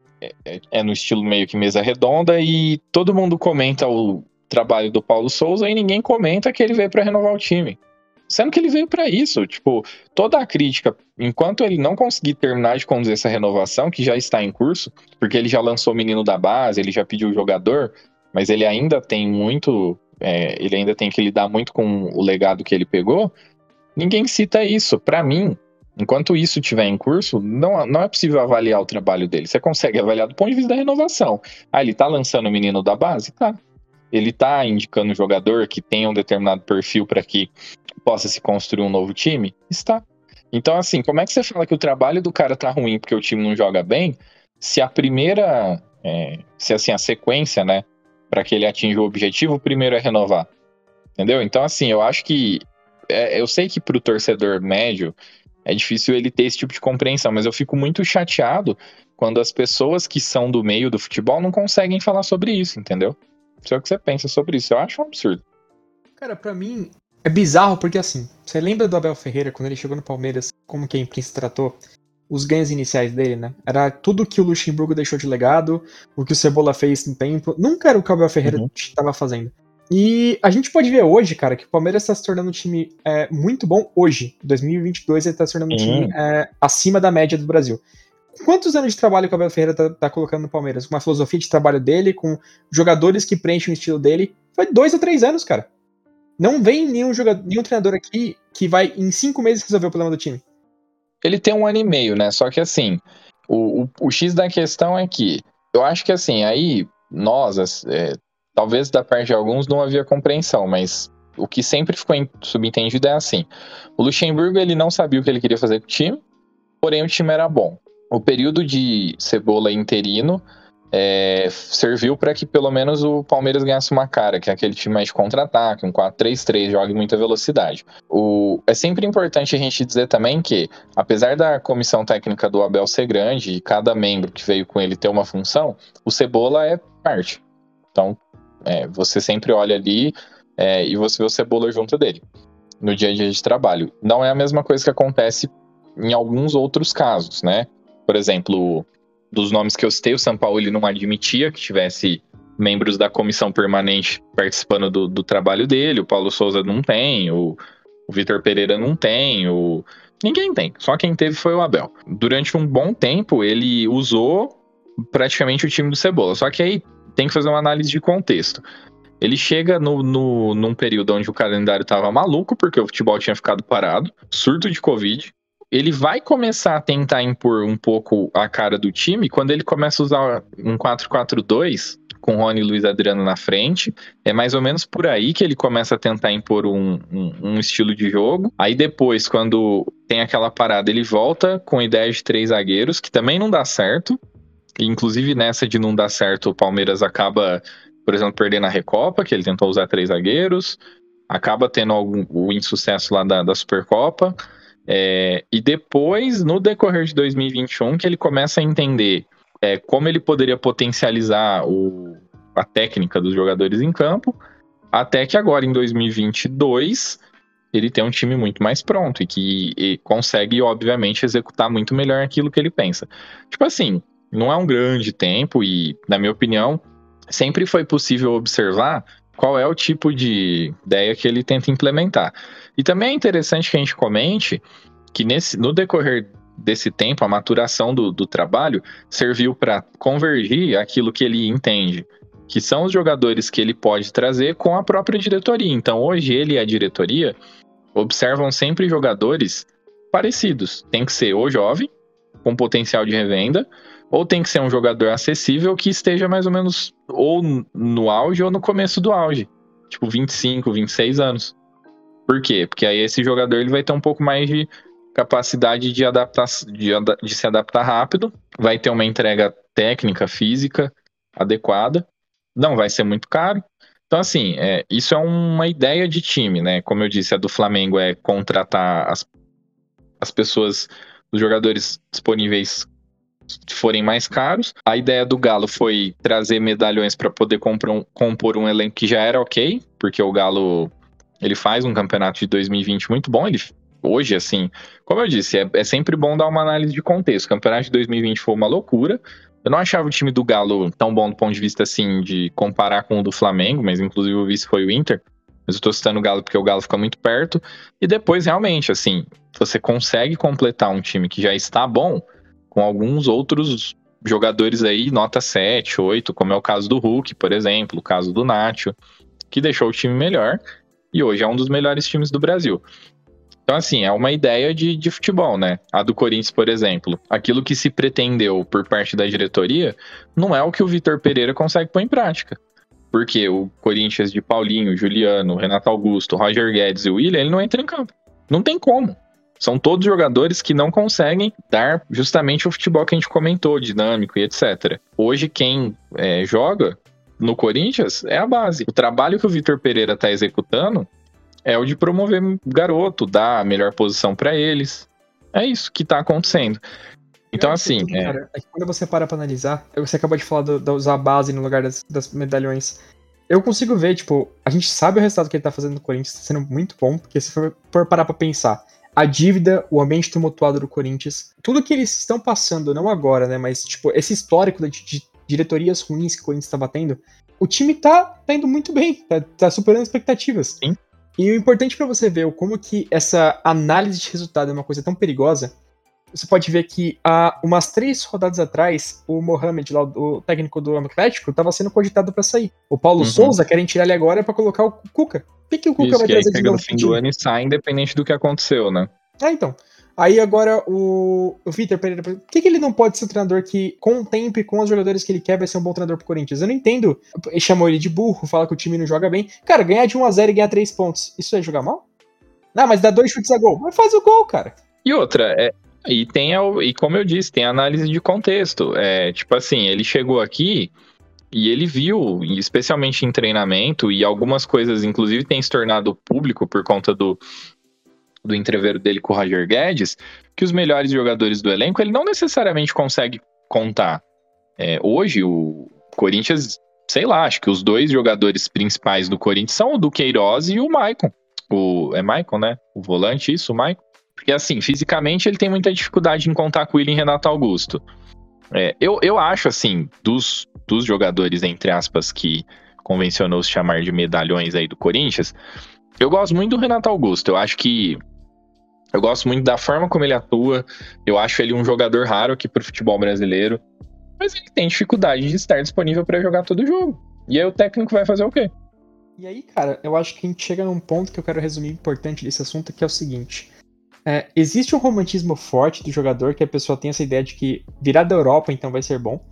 é no estilo meio que mesa redonda e todo mundo comenta o trabalho do Paulo Souza e ninguém comenta que ele veio para renovar o time. Sendo que ele veio para isso. Toda a crítica, enquanto ele não conseguir terminar de conduzir essa renovação, que já está em curso, porque ele já lançou o menino da base, ele já pediu o jogador, mas ele ainda tem muito... ele ainda tem que lidar muito com o legado que ele pegou, ninguém cita isso. Para mim, enquanto isso estiver em curso, não é possível avaliar o trabalho dele. Você consegue avaliar do ponto de vista da renovação. Ele tá lançando o menino da base? Tá. Ele tá indicando um jogador que tenha um determinado perfil para que possa se construir um novo time? Está. Então, assim, como é que você fala que o trabalho do cara tá ruim porque o time não joga bem, se a primeira, se assim, a sequência, né, para que ele atinja o objetivo, o primeiro é renovar? Entendeu? Então, assim, eu acho que, eu sei que pro torcedor médio é difícil ele ter esse tipo de compreensão, mas eu fico muito chateado quando as pessoas que são do meio do futebol não conseguem falar sobre isso, entendeu? Não sei o que você pensa sobre isso, eu acho um absurdo. Cara, pra mim é bizarro porque assim, você lembra do Abel Ferreira quando ele chegou no Palmeiras, como que a imprensa tratou os ganhos iniciais dele, né? Era tudo que o Luxemburgo deixou de legado, o que o Cebola fez no tempo, nunca era o que o Abel Ferreira estava fazendo. E a gente pode ver hoje, cara, que o Palmeiras está se tornando um time muito bom hoje. Em 2022 ele está se tornando um time acima da média do Brasil. Quantos anos de trabalho que o Abel Ferreira tá colocando no Palmeiras? Com uma filosofia de trabalho dele, com jogadores que preenchem o estilo dele. Foi 2 ou 3 anos, cara. Não vem nenhum treinador aqui que vai em 5 meses resolver o problema do time. Ele tem 1 ano e meio, né? Só que assim, o X da questão é que eu acho que assim, aí nós, talvez da parte de alguns não havia compreensão, mas o que sempre ficou subentendido é assim, o Luxemburgo ele não sabia o que ele queria fazer com o time, porém o time era bom. O período de Cebola interino serviu para que pelo menos o Palmeiras ganhasse uma cara, que é aquele time mais de contra-ataque, um 4-3-3, joga em muita velocidade. É sempre importante a gente dizer também que, apesar da comissão técnica do Abel ser grande e cada membro que veio com ele ter uma função, o Cebola é parte. Então, você sempre olha ali e você vê o Cebola junto dele, no dia a dia de trabalho. Não é a mesma coisa que acontece em alguns outros casos, né? Por exemplo, dos nomes que eu citei, o Sampaoli não admitia que tivesse membros da comissão permanente participando do trabalho dele, o Paulo Souza não tem, o Vitor Pereira não tem, ninguém tem, só quem teve foi o Abel. Durante um bom tempo, ele usou praticamente o time do Cebola, só que aí tem que fazer uma análise de contexto. Ele chega num período onde o calendário estava maluco, porque o futebol tinha ficado parado, surto de Covid. Ele vai começar a tentar impor um pouco a cara do time quando ele começa a usar um 4-4-2 com Rony e Luiz Adriano na frente. É mais ou menos por aí que ele começa a tentar impor um estilo de jogo. Aí depois, quando tem aquela parada, ele volta com a ideia de 3 zagueiros, que também não dá certo. E, inclusive nessa de não dar certo, o Palmeiras acaba, por exemplo, perdendo a Recopa, que ele tentou usar 3 zagueiros. Acaba tendo o insucesso lá da Supercopa. E depois, no decorrer de 2021, que ele começa a entender como ele poderia potencializar a técnica dos jogadores em campo, até que agora, em 2022, ele tem um time muito mais pronto e que consegue, obviamente, executar muito melhor aquilo que ele pensa. Tipo assim, não é um grande tempo e, na minha opinião, sempre foi possível observar qual é o tipo de ideia que ele tenta implementar. E também é interessante que a gente comente que no decorrer desse tempo, a maturação do trabalho serviu para convergir aquilo que ele entende, que são os jogadores que ele pode trazer com a própria diretoria. Então, hoje, ele e a diretoria observam sempre jogadores parecidos. Tem que ser ou jovem, com potencial de revenda, ou tem que ser um jogador acessível que esteja mais ou menos ou no auge ou no começo do auge. Tipo, 25, 26 anos. Por quê? Porque aí esse jogador ele vai ter um pouco mais de capacidade de se adaptar rápido, vai ter uma entrega técnica, física adequada, não vai ser muito caro. Então, assim, isso é uma ideia de time, né? Como eu disse, a do Flamengo é contratar as pessoas, os jogadores disponíveis forem mais caros. A ideia do Galo foi trazer medalhões para poder compor um elenco que já era ok, porque o Galo ele faz um campeonato de 2020 muito bom. Hoje, assim, como eu disse, é sempre bom dar uma análise de contexto. O campeonato de 2020 foi uma loucura. Eu não achava o time do Galo tão bom do ponto de vista, assim, de comparar com o do Flamengo, mas inclusive o vice foi o Inter. Mas eu tô citando o Galo porque o Galo fica muito perto. E depois, realmente, assim, você consegue completar um time que já está bom com alguns outros jogadores aí, nota 7, 8, como é o caso do Hulk, por exemplo, o caso do Nacho, que deixou o time melhor e hoje é um dos melhores times do Brasil. Então, assim, é uma ideia de futebol, né? A do Corinthians, por exemplo, aquilo que se pretendeu por parte da diretoria não é o que o Vitor Pereira consegue pôr em prática. Porque o Corinthians de Paulinho, Juliano, Renato Augusto, Roger Guedes e William, ele não entra em campo. Não tem como. São todos jogadores que não conseguem dar justamente o futebol que a gente comentou, dinâmico e etc. Hoje, quem joga no Corinthians é a base. O trabalho que o Vitor Pereira está executando é o de promover garoto, dar a melhor posição para eles. É isso que tá acontecendo. Então, assim... Cara, é que quando você para pra analisar, você acabou de falar de usar a base no lugar das medalhões. Eu consigo ver, tipo, a gente sabe o resultado que ele tá fazendo no Corinthians, tá sendo muito bom, porque se for parar pra pensar, a dívida, o ambiente tumultuado do Corinthians, tudo que eles estão passando, não agora, né, mas, tipo, esse histórico de diretorias ruins que o Corinthians tá batendo, o time tá indo muito bem, tá superando expectativas. Sim. E o importante pra você ver como que essa análise de resultado é uma coisa tão perigosa, você pode ver que há umas 3 rodadas atrás, o Mohamed, lá, o técnico do Atlético, estava sendo cogitado para sair. O Paulo Souza querem tirar ele agora para colocar o Cuca. O que o Cuca vai trazer de novo? No fim do ano e sai, independente do que aconteceu, né? Então. Aí agora o Vitor Pereira, por que ele não pode ser um treinador que, com o tempo e com os jogadores que ele quer, vai ser um bom treinador pro Corinthians? Eu não entendo. Ele chamou ele de burro, fala que o time não joga bem. Cara, ganhar de 1-0 e ganhar 3 pontos, isso é jogar mal? Não, mas dá 2 chutes a gol. Mas faz o gol, cara. E outra, e como eu disse, tem análise de contexto. Tipo assim, ele chegou aqui e ele viu, especialmente em treinamento, e algumas coisas, inclusive, tem se tornado público por conta do entreveiro dele com o Roger Guedes, que os melhores jogadores do elenco ele não necessariamente consegue contar. Hoje, o Corinthians, sei lá, acho que os 2 jogadores principais do Corinthians são o Duqueiroz e o Maicon. É Maicon, né? O volante, isso, o Maicon. Porque, assim, fisicamente ele tem muita dificuldade em contar com o William e Renato Augusto. Eu acho, assim, dos jogadores, entre aspas, que convencionou se chamar de medalhões aí do Corinthians, eu gosto muito do Renato Augusto. Eu gosto muito da forma como ele atua. Eu acho ele um jogador raro aqui pro futebol brasileiro. Mas ele tem dificuldade de estar disponível para jogar todo jogo. E aí o técnico vai fazer o quê? E aí, cara, eu acho que a gente chega num ponto que eu quero resumir importante desse assunto, que é o seguinte... existe um romantismo forte do jogador, que a pessoa tem essa ideia de que virar da Europa então vai ser bom.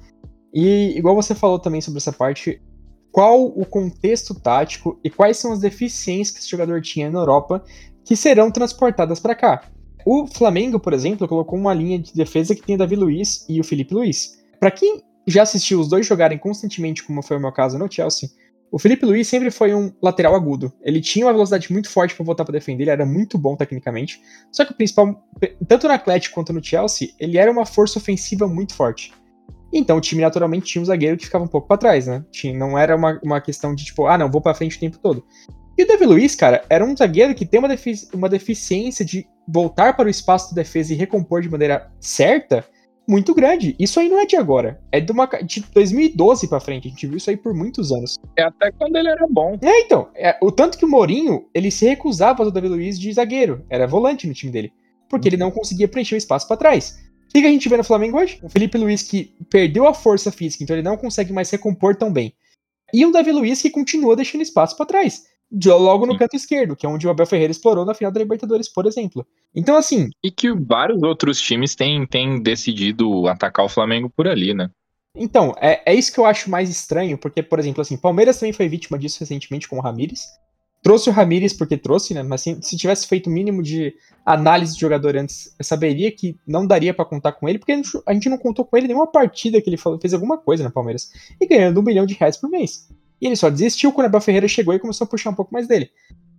E igual você falou também sobre essa parte, qual o contexto tático e quais são as deficiências que esse jogador tinha na Europa que serão transportadas para cá. O Flamengo, por exemplo, colocou uma linha de defesa que tem o Davi Luiz e o Felipe Luiz. Para quem já assistiu os dois jogarem constantemente, como foi o meu caso no Chelsea, o Felipe Luiz sempre foi um lateral agudo. Ele tinha uma velocidade muito forte para voltar para defender, ele era muito bom tecnicamente. Só que o principal, tanto no Atlético quanto no Chelsea, ele era uma força ofensiva muito forte. Então o time naturalmente tinha um zagueiro que ficava um pouco para trás, né? Não era uma questão de tipo, não, vou para frente o tempo todo. E o Davi Luiz, cara, era um zagueiro que tem uma deficiência de voltar para o espaço de defesa e recompor de maneira certa muito grande. Isso aí não é de agora. É de 2012 pra frente. A gente viu isso aí por muitos anos. Até quando ele era bom. Então. O tanto que o Mourinho, ele se recusava do Davi Luiz de zagueiro. Era volante no time dele. Porque ele não conseguia preencher o espaço pra trás. O que a gente vê no Flamengo hoje? O Felipe Luiz que perdeu a força física, então ele não consegue mais recompor tão bem. E um Davi Luiz que continua deixando espaço pra trás. Logo no canto esquerdo, que é onde o Abel Ferreira explorou na final da Libertadores, por exemplo. Então, assim... E que vários outros times têm decidido atacar o Flamengo por ali, né? Então, é isso que eu acho mais estranho, porque, por exemplo, assim, Palmeiras também foi vítima disso recentemente com o Ramírez. Trouxe o Ramírez porque trouxe, né? Mas assim, se tivesse feito o mínimo de análise de jogador antes, eu saberia que não daria pra contar com ele, porque a gente não contou com ele em nenhuma partida que ele fez alguma coisa na Palmeiras. E ganhando R$1 milhão por mês. E ele só desistiu quando o Abel Ferreira chegou e começou a puxar um pouco mais dele.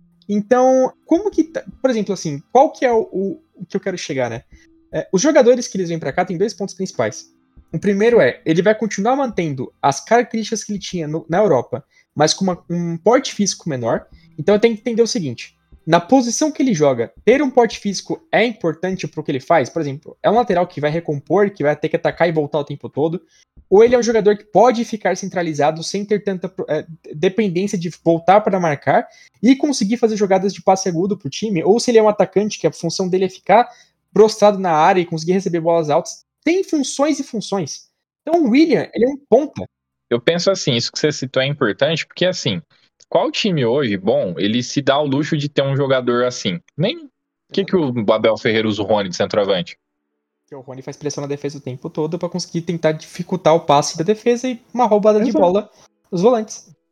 Então, como que... Por exemplo, assim, qual que é o que eu quero chegar, né? Os jogadores que eles vêm pra cá têm 2 pontos principais. O primeiro ele vai continuar mantendo as características que ele tinha na Europa, mas com um porte físico menor. Então eu tenho que entender o seguinte. Na posição que ele joga, ter um porte físico é importante pro que ele faz? Por exemplo, é um lateral que vai recompor, que vai ter que atacar e voltar o tempo todo? Ou ele é um jogador que pode ficar centralizado sem ter tanta dependência de voltar para marcar e conseguir fazer jogadas de passe agudo pro time? Ou se ele é um atacante que a função dele é ficar prostrado na área e conseguir receber bolas altas? Tem funções e funções. Então o William, ele é um ponta. Eu penso assim, isso que você citou é importante, porque assim, qual time hoje, bom, ele se dá o luxo de ter um jogador assim? Nem... Por que o Abel Ferreira usa o Rony de centroavante? Porque o Rony faz pressão na defesa o tempo todo pra conseguir tentar dificultar o passe da defesa e uma roubada de bola dos volantes.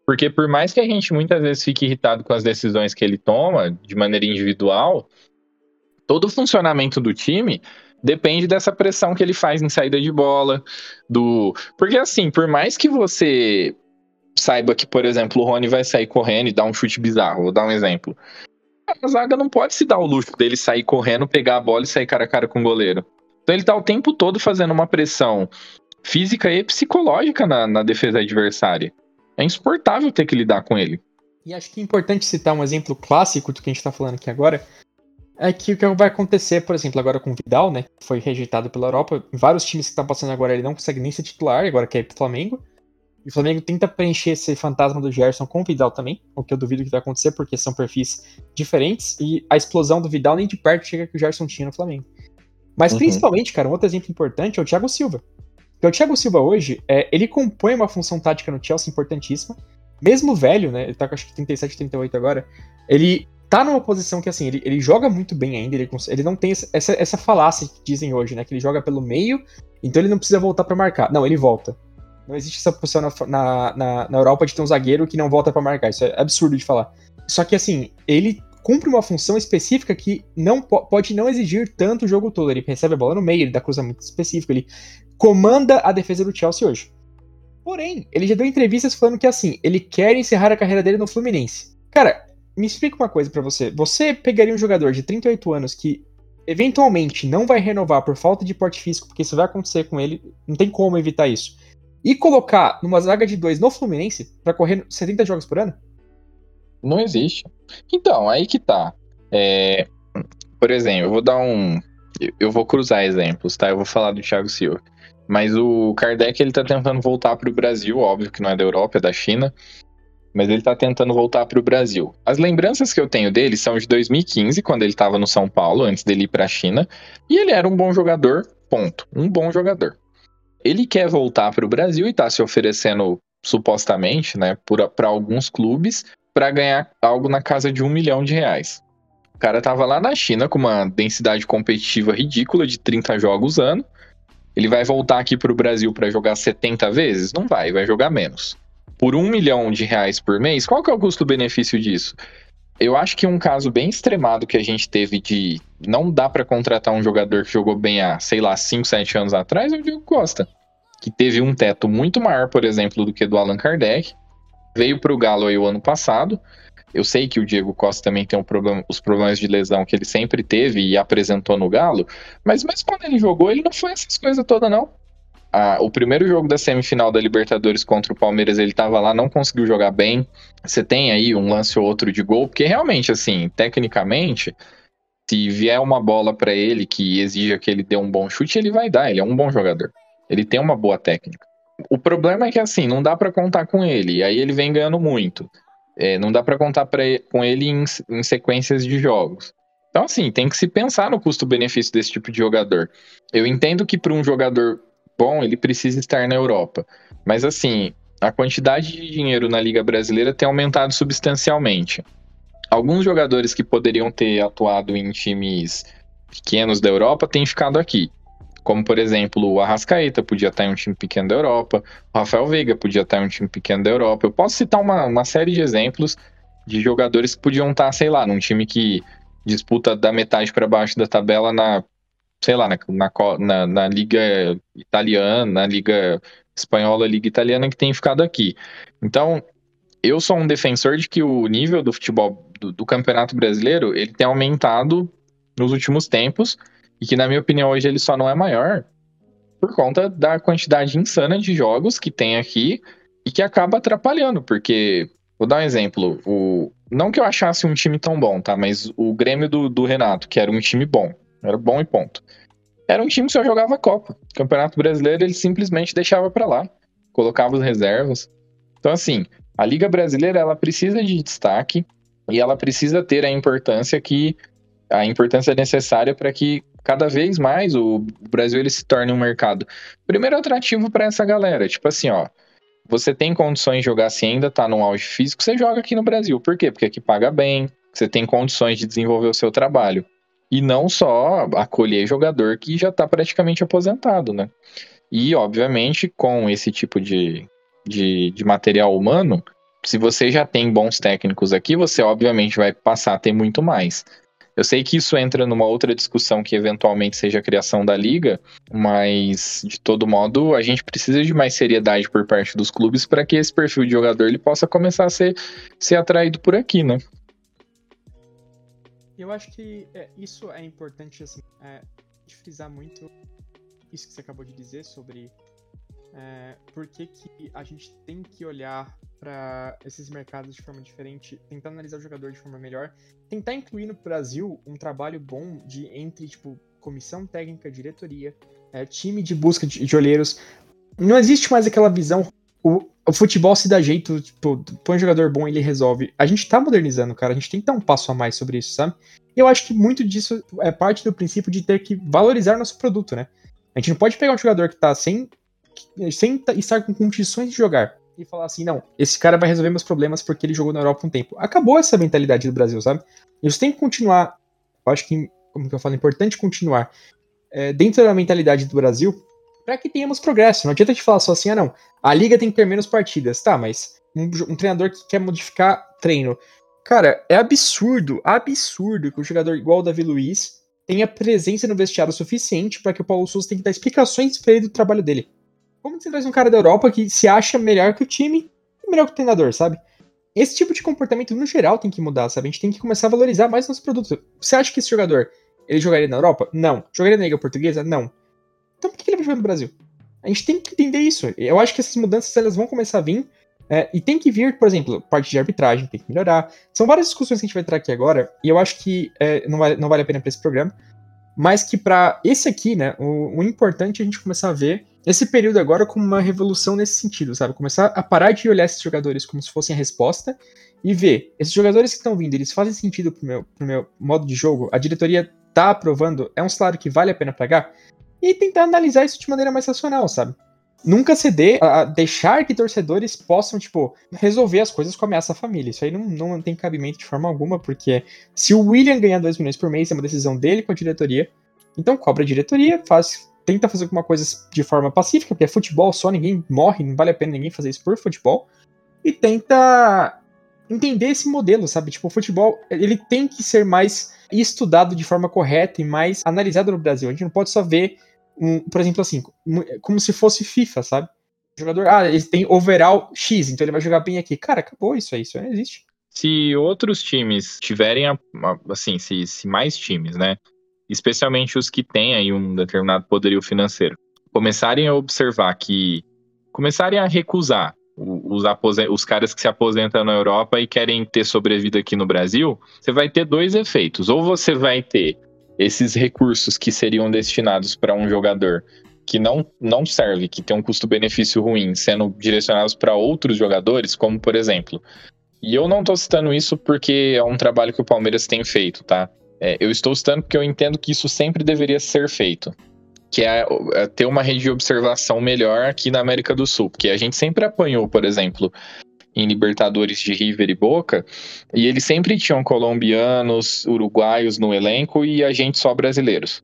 Porque por mais que a gente muitas vezes fique irritado com as decisões que ele toma de maneira individual, todo o funcionamento do time depende dessa pressão que ele faz em saída de bola. Porque assim, por mais que você saiba que, por exemplo, o Rony vai sair correndo e dar um chute bizarro, vou dar um exemplo. A zaga não pode se dar o luxo dele sair correndo, pegar a bola e sair cara a cara com o goleiro. Então ele tá o tempo todo fazendo uma pressão física e psicológica na defesa adversária. É insuportável ter que lidar com ele. E acho que é importante citar um exemplo clássico do que a gente tá falando aqui agora, é que o que vai acontecer, por exemplo, agora com o Vidal, né, que foi rejeitado pela Europa, vários times que estão passando agora, ele não consegue nem ser titular, agora quer ir pro Flamengo, e o Flamengo tenta preencher esse fantasma do Gerson com o Vidal também, o que eu duvido que vai acontecer, porque são perfis diferentes, e a explosão do Vidal nem de perto chega que o Gerson tinha no Flamengo. Mas principalmente, cara, um outro exemplo importante é o Thiago Silva. Porque o Thiago Silva hoje, ele compõe uma função tática no Chelsea importantíssima, mesmo velho, né, ele tá com acho que 37, 38 agora, ele tá numa posição que, assim, ele joga muito bem ainda, ele não tem essa falácia que dizem hoje, né, que ele joga pelo meio, então ele não precisa voltar pra marcar. Não, ele volta. Não existe essa posição na Europa de ter um zagueiro que não volta pra marcar, isso é absurdo de falar. Só que, assim, ele cumpre uma função específica que não pode não exigir tanto o jogo todo. Ele recebe a bola no meio, ele dá cruzamento específico, ele comanda a defesa do Chelsea hoje. Porém, ele já deu entrevistas falando que, assim, ele quer encerrar a carreira dele no Fluminense. Cara, me explica uma coisa pra você. Você pegaria um jogador de 38 anos que eventualmente não vai renovar por falta de porte físico, porque isso vai acontecer com ele, não tem como evitar isso, e colocar numa zaga de 2 no Fluminense pra correr 70 jogos por ano? Não existe. Então, aí que tá. Por exemplo, eu vou dar eu vou cruzar exemplos, tá? Eu vou falar do Thiago Silva. Mas o Kardec, ele tá tentando voltar pro Brasil, óbvio que não é da Europa, é da China. Mas ele tá tentando voltar pro Brasil. As lembranças que eu tenho dele são de 2015, quando ele tava no São Paulo, antes dele ir pra China. E ele era um bom jogador, ponto. Um bom jogador. Ele quer voltar pro Brasil e tá se oferecendo, supostamente, né, pra alguns clubes, pra ganhar algo na casa de R$1 milhão. O cara tava lá na China com uma densidade competitiva ridícula de 30 jogos ano. Ele vai voltar aqui pro Brasil pra jogar 70 vezes? Não vai jogar menos. Por R$1 milhão por mês, qual que é o custo-benefício disso? Eu acho que um caso bem extremado que a gente teve de não dá pra contratar um jogador que jogou bem há, sei lá, 5, 7 anos atrás é o Diego Costa, que teve um teto muito maior, por exemplo, do que do Allan Kardec. Veio pro Galo aí o ano passado. Eu sei que o Diego Costa também tem os problemas de lesão que ele sempre teve e apresentou no Galo, mas quando ele jogou, ele não foi essas coisas todas, não. O primeiro jogo da semifinal da Libertadores contra o Palmeiras, ele tava lá, não conseguiu jogar bem. Você tem aí um lance ou outro de gol, porque realmente, assim, tecnicamente, se vier uma bola pra ele que exija que ele dê um bom chute, ele vai dar, ele é um bom jogador. Ele tem uma boa técnica. O problema é que, assim, não dá pra contar com ele, e aí ele vem ganhando muito. Não dá pra contar com ele em sequências de jogos. Então, assim, tem que se pensar no custo-benefício desse tipo de jogador. Eu entendo que para um jogador bom, ele precisa estar na Europa. Mas, assim, a quantidade de dinheiro na Liga Brasileira tem aumentado substancialmente. Alguns jogadores que poderiam ter atuado em times pequenos da Europa têm ficado aqui. Como, por exemplo, o Arrascaeta podia estar em um time pequeno da Europa, o Rafael Veiga podia estar em um time pequeno da Europa. Eu posso citar uma série de exemplos de jogadores que podiam estar, sei lá, num time que disputa da metade para baixo da tabela na Liga Italiana, na Liga Espanhola, Liga Italiana, que tem ficado aqui. Então, eu sou um defensor de que o nível do futebol do Campeonato Brasileiro, ele tem aumentado nos últimos tempos, e que, na minha opinião, hoje ele só não é maior por conta da quantidade insana de jogos que tem aqui e que acaba atrapalhando, porque, vou dar um exemplo, não que eu achasse um time tão bom, tá? Mas o Grêmio do Renato, que era um time bom, era bom e ponto. Era um time que só jogava Copa. O Campeonato Brasileiro, ele simplesmente deixava pra lá, colocava as reservas. Então, assim, a Liga Brasileira, ela precisa de destaque e ela precisa ter a importância necessária para que cada vez mais o Brasil ele se torne um mercado primeiro atrativo para essa galera. Tipo assim, ó, você tem condições de jogar, se ainda tá no auge físico, você joga aqui no Brasil. Por quê? Porque aqui paga bem, você tem condições de desenvolver o seu trabalho. E não só acolher jogador que já tá praticamente aposentado, né? E, obviamente, com esse tipo de material humano, se você já tem bons técnicos aqui, você obviamente vai passar a ter muito mais. Eu sei que isso entra numa outra discussão que eventualmente seja a criação da liga, mas de todo modo a gente precisa de mais seriedade por parte dos clubes para que esse perfil de jogador ele possa começar a ser atraído por aqui, né? Eu acho que isso é importante, assim, de frisar muito isso que você acabou de dizer sobre por que a gente tem que olhar para esses mercados de forma diferente, tentar analisar o jogador de forma melhor, tentar incluir no Brasil um trabalho bom entre, tipo, comissão técnica, diretoria, time de busca de olheiros. Não existe mais aquela visão, o futebol se dá jeito, tipo, põe um jogador bom e ele resolve. A gente tá modernizando, cara, a gente tem que dar um passo a mais sobre isso, sabe? E eu acho que muito disso é parte do princípio de ter que valorizar nosso produto, né? A gente não pode pegar um jogador que tá sem estar com condições de jogar e falar assim, não, esse cara vai resolver meus problemas porque ele jogou na Europa um tempo. Acabou essa mentalidade do Brasil, sabe? Isso tem que continuar, eu acho que, como que eu falo, é importante continuar dentro da mentalidade do Brasil para que tenhamos progresso. Não adianta a gente falar só assim, não, a liga tem que ter menos partidas, tá, mas um treinador que quer modificar treino. Cara, é absurdo que um jogador igual o Davi Luiz tenha presença no vestiário suficiente para que o Paulo Sousa tenha que dar explicações pra ele do trabalho dele. Como você traz um cara da Europa que se acha melhor que o time e melhor que o treinador, sabe? Esse tipo de comportamento, no geral, tem que mudar, sabe? A gente tem que começar a valorizar mais nosso produto. Você acha que esse jogador, ele jogaria na Europa? Não. Jogaria na Liga Portuguesa? Não. Então por que ele vai jogar no Brasil? A gente tem que entender isso. Eu acho que essas mudanças, elas vão começar a vir. E tem que vir, por exemplo, parte de arbitragem, tem que melhorar. São várias discussões que a gente vai entrar aqui agora, e eu acho que não vale a pena para esse programa, mas que para esse aqui, né, o importante é a gente começar a ver esse período agora como uma revolução nesse sentido, sabe? Começar a parar de olhar esses jogadores como se fossem a resposta e ver, esses jogadores que estão vindo, eles fazem sentido pro meu modo de jogo, a diretoria tá aprovando, é um salário que vale a pena pagar, e tentar analisar isso de maneira mais racional, sabe? Nunca ceder a deixar que torcedores possam, tipo, resolver as coisas com ameaça à família. Isso aí não tem cabimento de forma alguma, porque se o William ganhar 2 milhões por mês, é uma decisão dele com a diretoria, então cobra a diretoria, tenta fazer alguma coisa de forma pacífica, porque é futebol só, ninguém morre, não vale a pena ninguém fazer isso por futebol, e tenta entender esse modelo, sabe? Tipo, o futebol, ele tem que ser mais estudado de forma correta e mais analisado no Brasil. A gente não pode só ver por exemplo, assim, como se fosse FIFA, sabe? O jogador, ele tem overall X, então ele vai jogar bem aqui. Cara, acabou isso aí, isso não existe. Se outros times tiverem, assim, se mais times, né, especialmente os que têm aí um determinado poderio financeiro, começarem a observar começarem a recusar os caras que se aposentam na Europa e querem ter sobrevida aqui no Brasil, você vai ter 2 efeitos. Ou você vai ter esses recursos que seriam destinados para um jogador que não serve, que tem um custo-benefício ruim, sendo direcionados para outros jogadores, como por exemplo. E eu não estou citando isso porque é um trabalho que o Palmeiras tem feito, tá? Eu estou citando porque eu entendo que isso sempre deveria ser feito, que é ter uma rede de observação melhor aqui na América do Sul, porque a gente sempre apanhou, por exemplo, em Libertadores de River e Boca, e eles sempre tinham colombianos, uruguaios no elenco e a gente só brasileiros.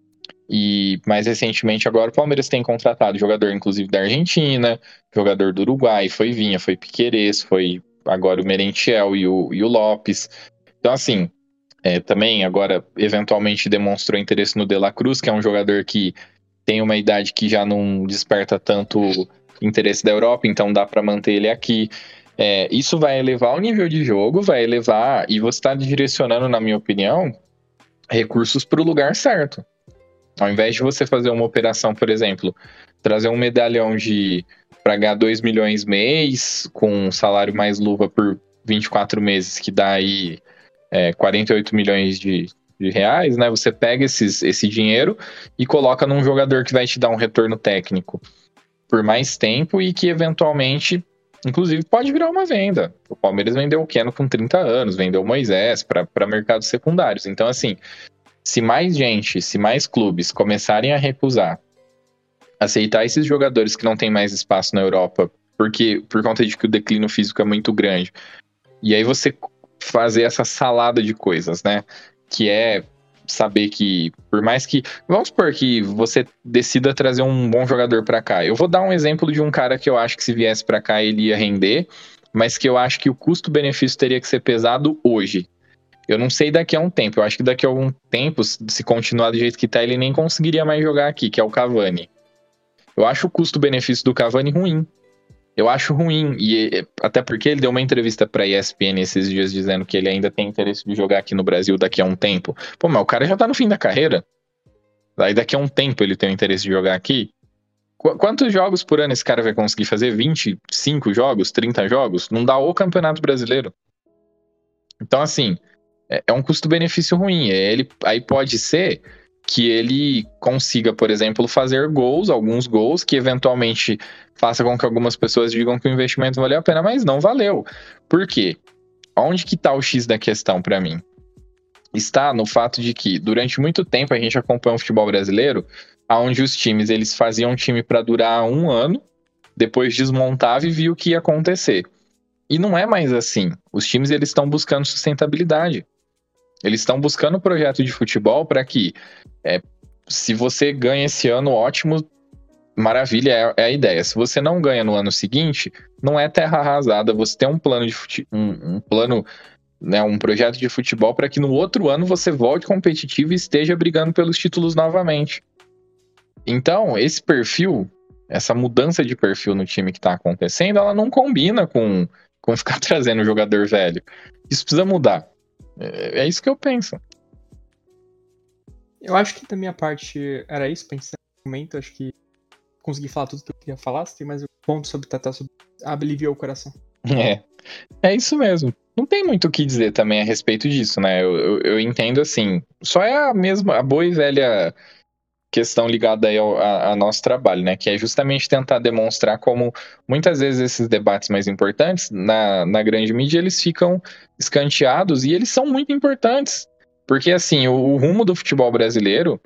E mais recentemente agora o Palmeiras tem contratado jogador inclusive da Argentina, jogador do Uruguai, foi Vinha, foi Piquerez, foi agora o Merentiel e o Lopes. Então assim, também agora eventualmente demonstrou interesse no De La Cruz, que é um jogador que tem uma idade que já não desperta tanto interesse da Europa, então dá para manter ele aqui. Isso vai elevar o nível de jogo, vai elevar, e você está direcionando, na minha opinião, recursos para o lugar certo. Ao invés de você fazer uma operação, por exemplo, trazer um medalhão para ganhar 2 milhões mês, com um salário mais luva por 24 meses, que dá aí 48 milhões de reais, né? Você pega esse dinheiro e coloca num jogador que vai te dar um retorno técnico por mais tempo e que eventualmente, inclusive, pode virar uma venda. O Palmeiras vendeu o Keno com 30 anos, vendeu o Moisés para mercados secundários. Então, assim, se mais clubes começarem a recusar, aceitar esses jogadores que não têm mais espaço na Europa, por conta de que o declínio físico é muito grande, e aí você fazer essa salada de coisas, né? Que é saber que, por mais que... Vamos supor que você decida trazer um bom jogador pra cá. Eu vou dar um exemplo de um cara que eu acho que se viesse pra cá ele ia render, mas que eu acho que o custo-benefício teria que ser pesado hoje. Eu não sei daqui a um tempo, eu acho que daqui a algum tempo, se continuar do jeito que tá, ele nem conseguiria mais jogar aqui, que é o Cavani. Eu acho o custo-benefício do Cavani ruim. Eu acho ruim, e até porque ele deu uma entrevista pra ESPN esses dias dizendo que ele ainda tem interesse de jogar aqui no Brasil daqui a um tempo. Pô, mas o cara já tá no fim da carreira. Aí daqui a um tempo ele tem o interesse de jogar aqui. Quantos jogos por ano esse cara vai conseguir fazer? 25 jogos? 30 jogos? Não dá o Campeonato Brasileiro. Então, assim, é um custo-benefício ruim. Aí pode ser que ele consiga, por exemplo, fazer gols, alguns gols, que eventualmente faça com que algumas pessoas digam que o investimento valeu a pena, mas não valeu. Por quê? Onde que tá o X da questão pra mim? Está no fato de que, durante muito tempo, a gente acompanha o futebol brasileiro, onde os times eles faziam um time para durar um ano, depois desmontava e via o que ia acontecer. E não é mais assim. Os times eles estão buscando sustentabilidade. Eles estão buscando um projeto de futebol para que, se você ganha esse ano, ótimo, maravilha, é a ideia. Se você não ganha no ano seguinte, não é terra arrasada. Você tem um plano um plano, né, um projeto de futebol para que no outro ano você volte competitivo e esteja brigando pelos títulos novamente. Então, esse perfil, essa mudança de perfil no time que está acontecendo, ela não combina com ficar trazendo jogador velho. Isso precisa mudar. É isso que eu penso. Eu acho que da minha parte era isso, pensando no momento, acho que consegui falar tudo que eu queria falar. Se tem mais um ponto sobre tratar sobre aliviou o coração. É isso mesmo. Não tem muito o que dizer também a respeito disso, né? Eu entendo assim, só é a boa e velha questão ligada aí ao nosso trabalho, né? Que é justamente tentar demonstrar como muitas vezes esses debates mais importantes na grande mídia, eles ficam escanteados e eles são muito importantes. Porque, assim, o rumo do futebol brasileiro,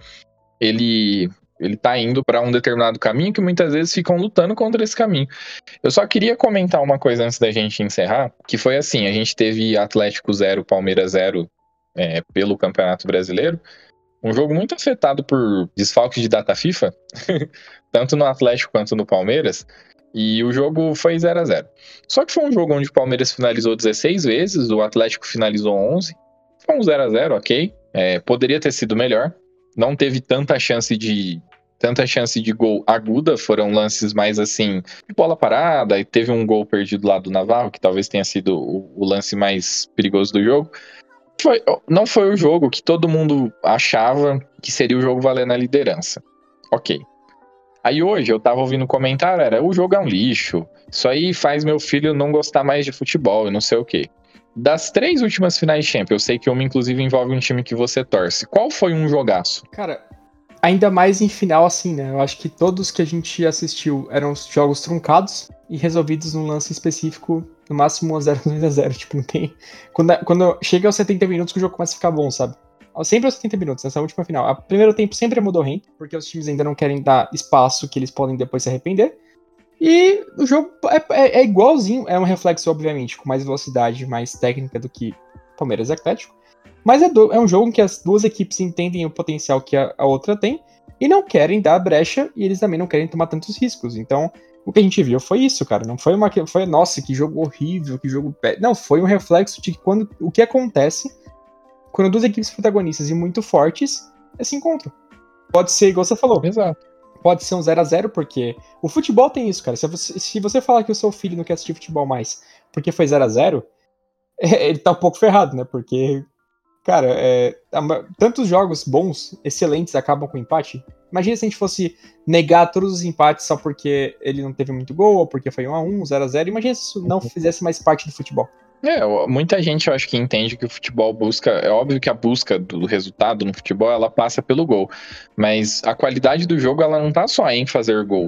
ele tá indo para um determinado caminho que muitas vezes ficam lutando contra esse caminho. Eu só queria comentar uma coisa antes da gente encerrar, que foi assim, a gente teve Atlético 0, Palmeiras 0 pelo Campeonato Brasileiro, um jogo muito afetado por desfalques de data FIFA, tanto no Atlético quanto no Palmeiras, e o jogo foi 0-0. Só que foi um jogo onde o Palmeiras finalizou 16 vezes, o Atlético finalizou 11, foi um 0-0, ok, poderia ter sido melhor, não teve tanta chance de gol aguda, foram lances mais assim, de bola parada, e teve um gol perdido lá do Navarro, que talvez tenha sido o lance mais perigoso do jogo. Não foi o jogo que todo mundo achava que seria o jogo valendo a liderança. Ok. Aí hoje eu tava ouvindo comentário, o jogo é um lixo, isso aí faz meu filho não gostar mais de futebol e não sei o quê. Das 3 últimas finais de Champions, eu sei que uma inclusive envolve um time que você torce. Qual foi um jogaço? Cara, ainda mais em final assim, né? Eu acho que todos que a gente assistiu eram jogos truncados e resolvidos num lance específico, no máximo 1-0, 2-0. Tipo, não tem... Quando chega aos 70 minutos que o jogo começa a ficar bom, sabe? Sempre aos 70 minutos, nessa última final. O primeiro tempo sempre é modorrento, porque os times ainda não querem dar espaço que eles podem depois se arrepender. E o jogo é igualzinho, é um reflexo, obviamente, com mais velocidade, mais técnica do que Palmeiras e Atlético. Mas é um jogo em que as duas equipes entendem o potencial que a outra tem e não querem dar brecha, e eles também não querem tomar tantos riscos. Então, o que a gente viu foi isso, cara. Não foi nossa, que jogo horrível, que jogo... Não, foi um reflexo de o que acontece quando duas equipes protagonistas e muito fortes se encontram. Pode ser, igual você falou. Exato. Pode ser um 0-0, porque o futebol tem isso, cara. Se você falar que o seu filho não quer assistir futebol mais porque foi 0-0, ele tá um pouco ferrado, né? Porque, cara, tantos jogos bons, excelentes, acabam com empate. Imagina se a gente fosse negar todos os empates só porque ele não teve muito gol, ou porque foi 1-1, 0-0. Imagina se isso não fizesse mais parte do futebol. Muita gente, eu acho que entende que o futebol busca... É óbvio que a busca do resultado no futebol, ela passa pelo gol. Mas a qualidade do jogo, ela não tá só em fazer gol.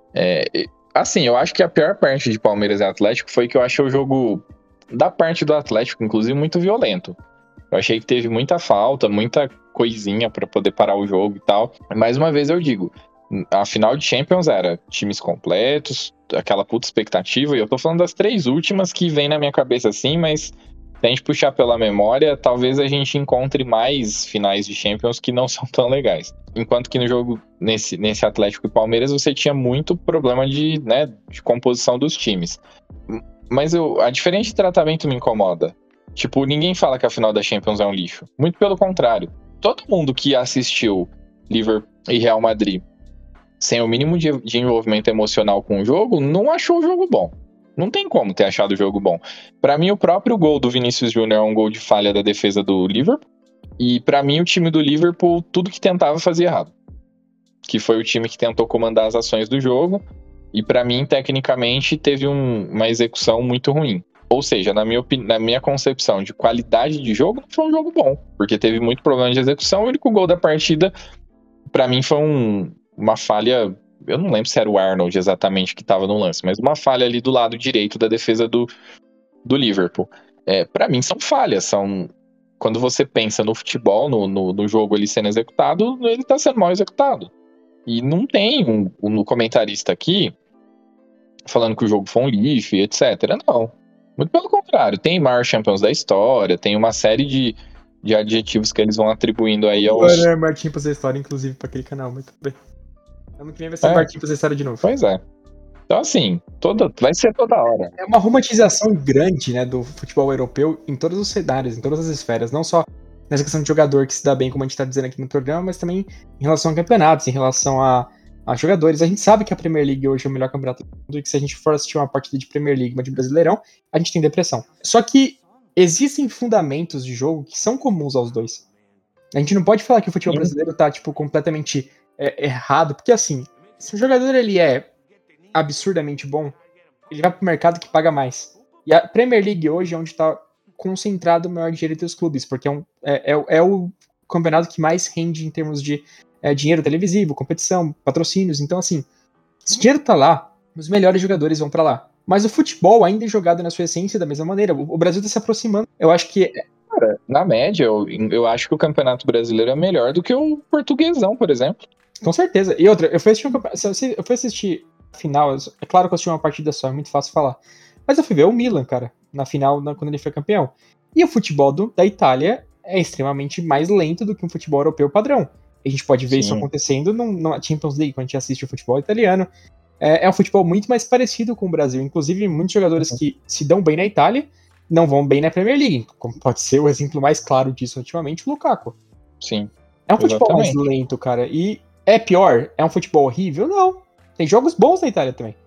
Assim, eu acho que a pior parte de Palmeiras e Atlético foi que eu achei o jogo, da parte do Atlético, inclusive, muito violento. Eu achei que teve muita falta, muita coisinha pra poder parar o jogo e tal. Mais uma vez eu digo, a final de Champions era times completos, aquela puta expectativa, e eu tô falando das 3 últimas que vem na minha cabeça assim, mas se a gente puxar pela memória, talvez a gente encontre mais finais de Champions que não são tão legais. Enquanto que no jogo, nesse Atlético e Palmeiras, você tinha muito problema de composição dos times. Mas a diferença de tratamento me incomoda. Tipo, ninguém fala que a final da Champions é um lixo. Muito pelo contrário. Todo mundo que assistiu Liverpool e Real Madrid sem o mínimo de envolvimento emocional com o jogo, não achou o jogo bom. Não tem como ter achado o jogo bom. Pra mim, o próprio gol do Vinícius Júnior é um gol de falha da defesa do Liverpool. E pra mim, o time do Liverpool, tudo que tentava fazia errado. Que foi o time que tentou comandar as ações do jogo. E pra mim, tecnicamente, teve uma execução muito ruim. Ou seja, na minha concepção de qualidade de jogo, não foi um jogo bom. Porque teve muito problema de execução. O único gol da partida, pra mim, foi uma falha... Eu não lembro se era o Arnold exatamente que estava no lance, mas uma falha ali do lado direito da defesa do Liverpool. Pra mim, são falhas. Quando você pensa no futebol, no jogo ele sendo executado, ele tá sendo mal executado. E não tem um comentarista aqui falando que o jogo foi um lixo e etc. Não. Muito pelo contrário. Tem maior Champions da história, tem uma série de adjetivos que eles vão atribuindo aí aos... Agora é Martim fazer história, inclusive, pra aquele canal, muito bem. Ano que vem vai ser Martim fazer história de novo. Pois é. Então, assim, vai ser toda hora. É uma romantização grande, né, do futebol europeu em todos os cenários, em todas as esferas. Não só nessa questão de jogador que se dá bem, como a gente tá dizendo aqui no programa, mas também em relação a campeonatos, em relação a jogadores. A gente sabe que a Premier League hoje é o melhor campeonato do mundo e que se a gente for assistir uma partida de Premier League, uma de Brasileirão, a gente tem depressão. Só que existem fundamentos de jogo que são comuns aos dois. A gente não pode falar que o futebol brasileiro tá, tipo, completamente errado, porque assim, se o jogador ele é absurdamente bom, ele vai pro mercado que paga mais. E a Premier League hoje é onde tá concentrado o maior dinheiro entre os clubes, porque é o campeonato que mais rende em termos de dinheiro televisivo, competição, patrocínios. Então, assim, se o dinheiro tá lá, os melhores jogadores vão pra lá. Mas o futebol ainda é jogado na sua essência da mesma maneira. O Brasil tá se aproximando. Eu acho que... Cara, na média, eu acho que o Campeonato Brasileiro é melhor do que o Portuguesão, por exemplo. Com certeza. E outra, eu fui assistir a final, é claro que eu assisti uma partida só, é muito fácil falar. Mas eu fui ver o Milan, cara, na final, quando ele foi campeão. E o futebol da Itália é extremamente mais lento do que um futebol europeu padrão. A gente pode ver isso acontecendo na Champions League, quando a gente assiste o futebol italiano. É um futebol muito mais parecido com o Brasil. Inclusive, muitos jogadores que se dão bem na Itália não vão bem na Premier League. Como pode ser o exemplo mais claro disso ultimamente, o Lukaku. Sim. É um futebol mais lento, cara. E é pior? É um futebol horrível? Não. Tem jogos bons na Itália também.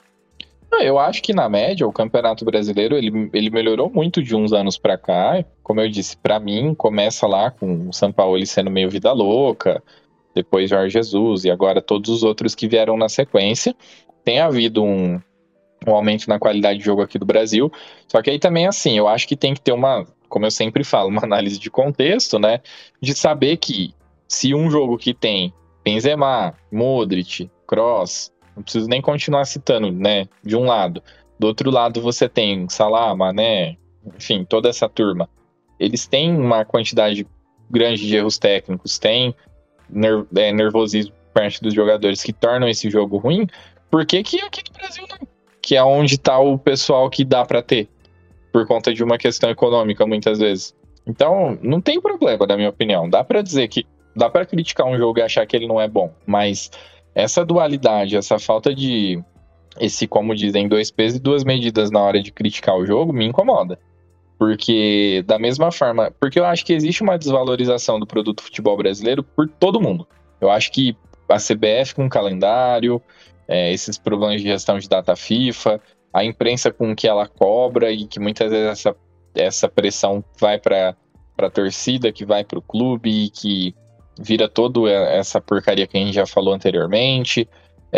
Eu acho que, na média, o Campeonato Brasileiro, ele melhorou muito de uns anos pra cá. Como eu disse, pra mim, começa lá com o Sampaoli sendo meio vida louca, depois Jorge Jesus, e agora todos os outros que vieram na sequência. Tem havido um aumento na qualidade de jogo aqui do Brasil. Só que aí também, assim, eu acho que tem que ter como eu sempre falo, uma análise de contexto, né? De saber que se um jogo que tem Benzema, Modric, Kroos, não preciso nem continuar citando, né, de um lado. Do outro lado você tem Salah, Mané, enfim, toda essa turma. Eles têm uma quantidade grande de erros técnicos, tem nervosismo por parte dos jogadores que tornam esse jogo ruim. Por que aqui no Brasil não? Que é onde tá o pessoal que dá pra ter, por conta de uma questão econômica, muitas vezes. Então, não tem problema, na minha opinião. Dá pra dizer que dá pra criticar um jogo e achar que ele não é bom, mas essa dualidade, essa falta de como dizem, 2 pesos e 2 medidas na hora de criticar o jogo, me incomoda. Porque, da mesma forma, porque eu acho que existe uma desvalorização do produto futebol brasileiro por todo mundo. Eu acho que a CBF com o calendário, esses problemas de gestão de data FIFA, a imprensa com o que ela cobra e que muitas vezes essa pressão vai para a torcida, que vai para o clube e que vira toda essa porcaria que a gente já falou anteriormente.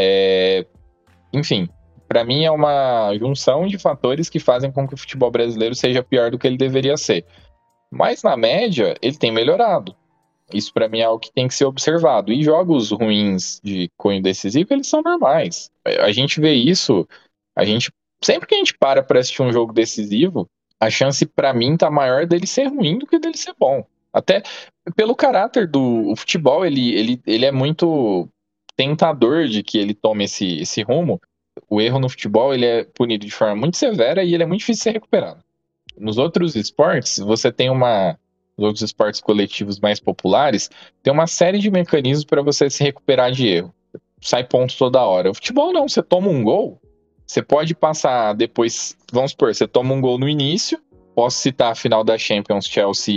Enfim, para mim é uma junção de fatores que fazem com que o futebol brasileiro seja pior do que ele deveria ser. Mas, na média, ele tem melhorado. Isso, para mim, é algo que tem que ser observado. E jogos ruins de cunho decisivo, eles são normais. A gente vê isso, sempre que a gente para assistir um jogo decisivo, a chance, para mim, tá maior dele ser ruim do que dele ser bom. Até pelo caráter do futebol, ele é muito tentador de que ele tome esse rumo. O erro no futebol, ele é punido de forma muito severa e ele é muito difícil de ser recuperado. Nos outros esportes, você tem nos outros esportes coletivos mais populares, tem uma série de mecanismos para você se recuperar de erro. Sai ponto toda hora. O futebol não, você toma um gol, Você pode passar depois, vamos supor, você toma um gol no início, posso citar a final da Champions, Chelsea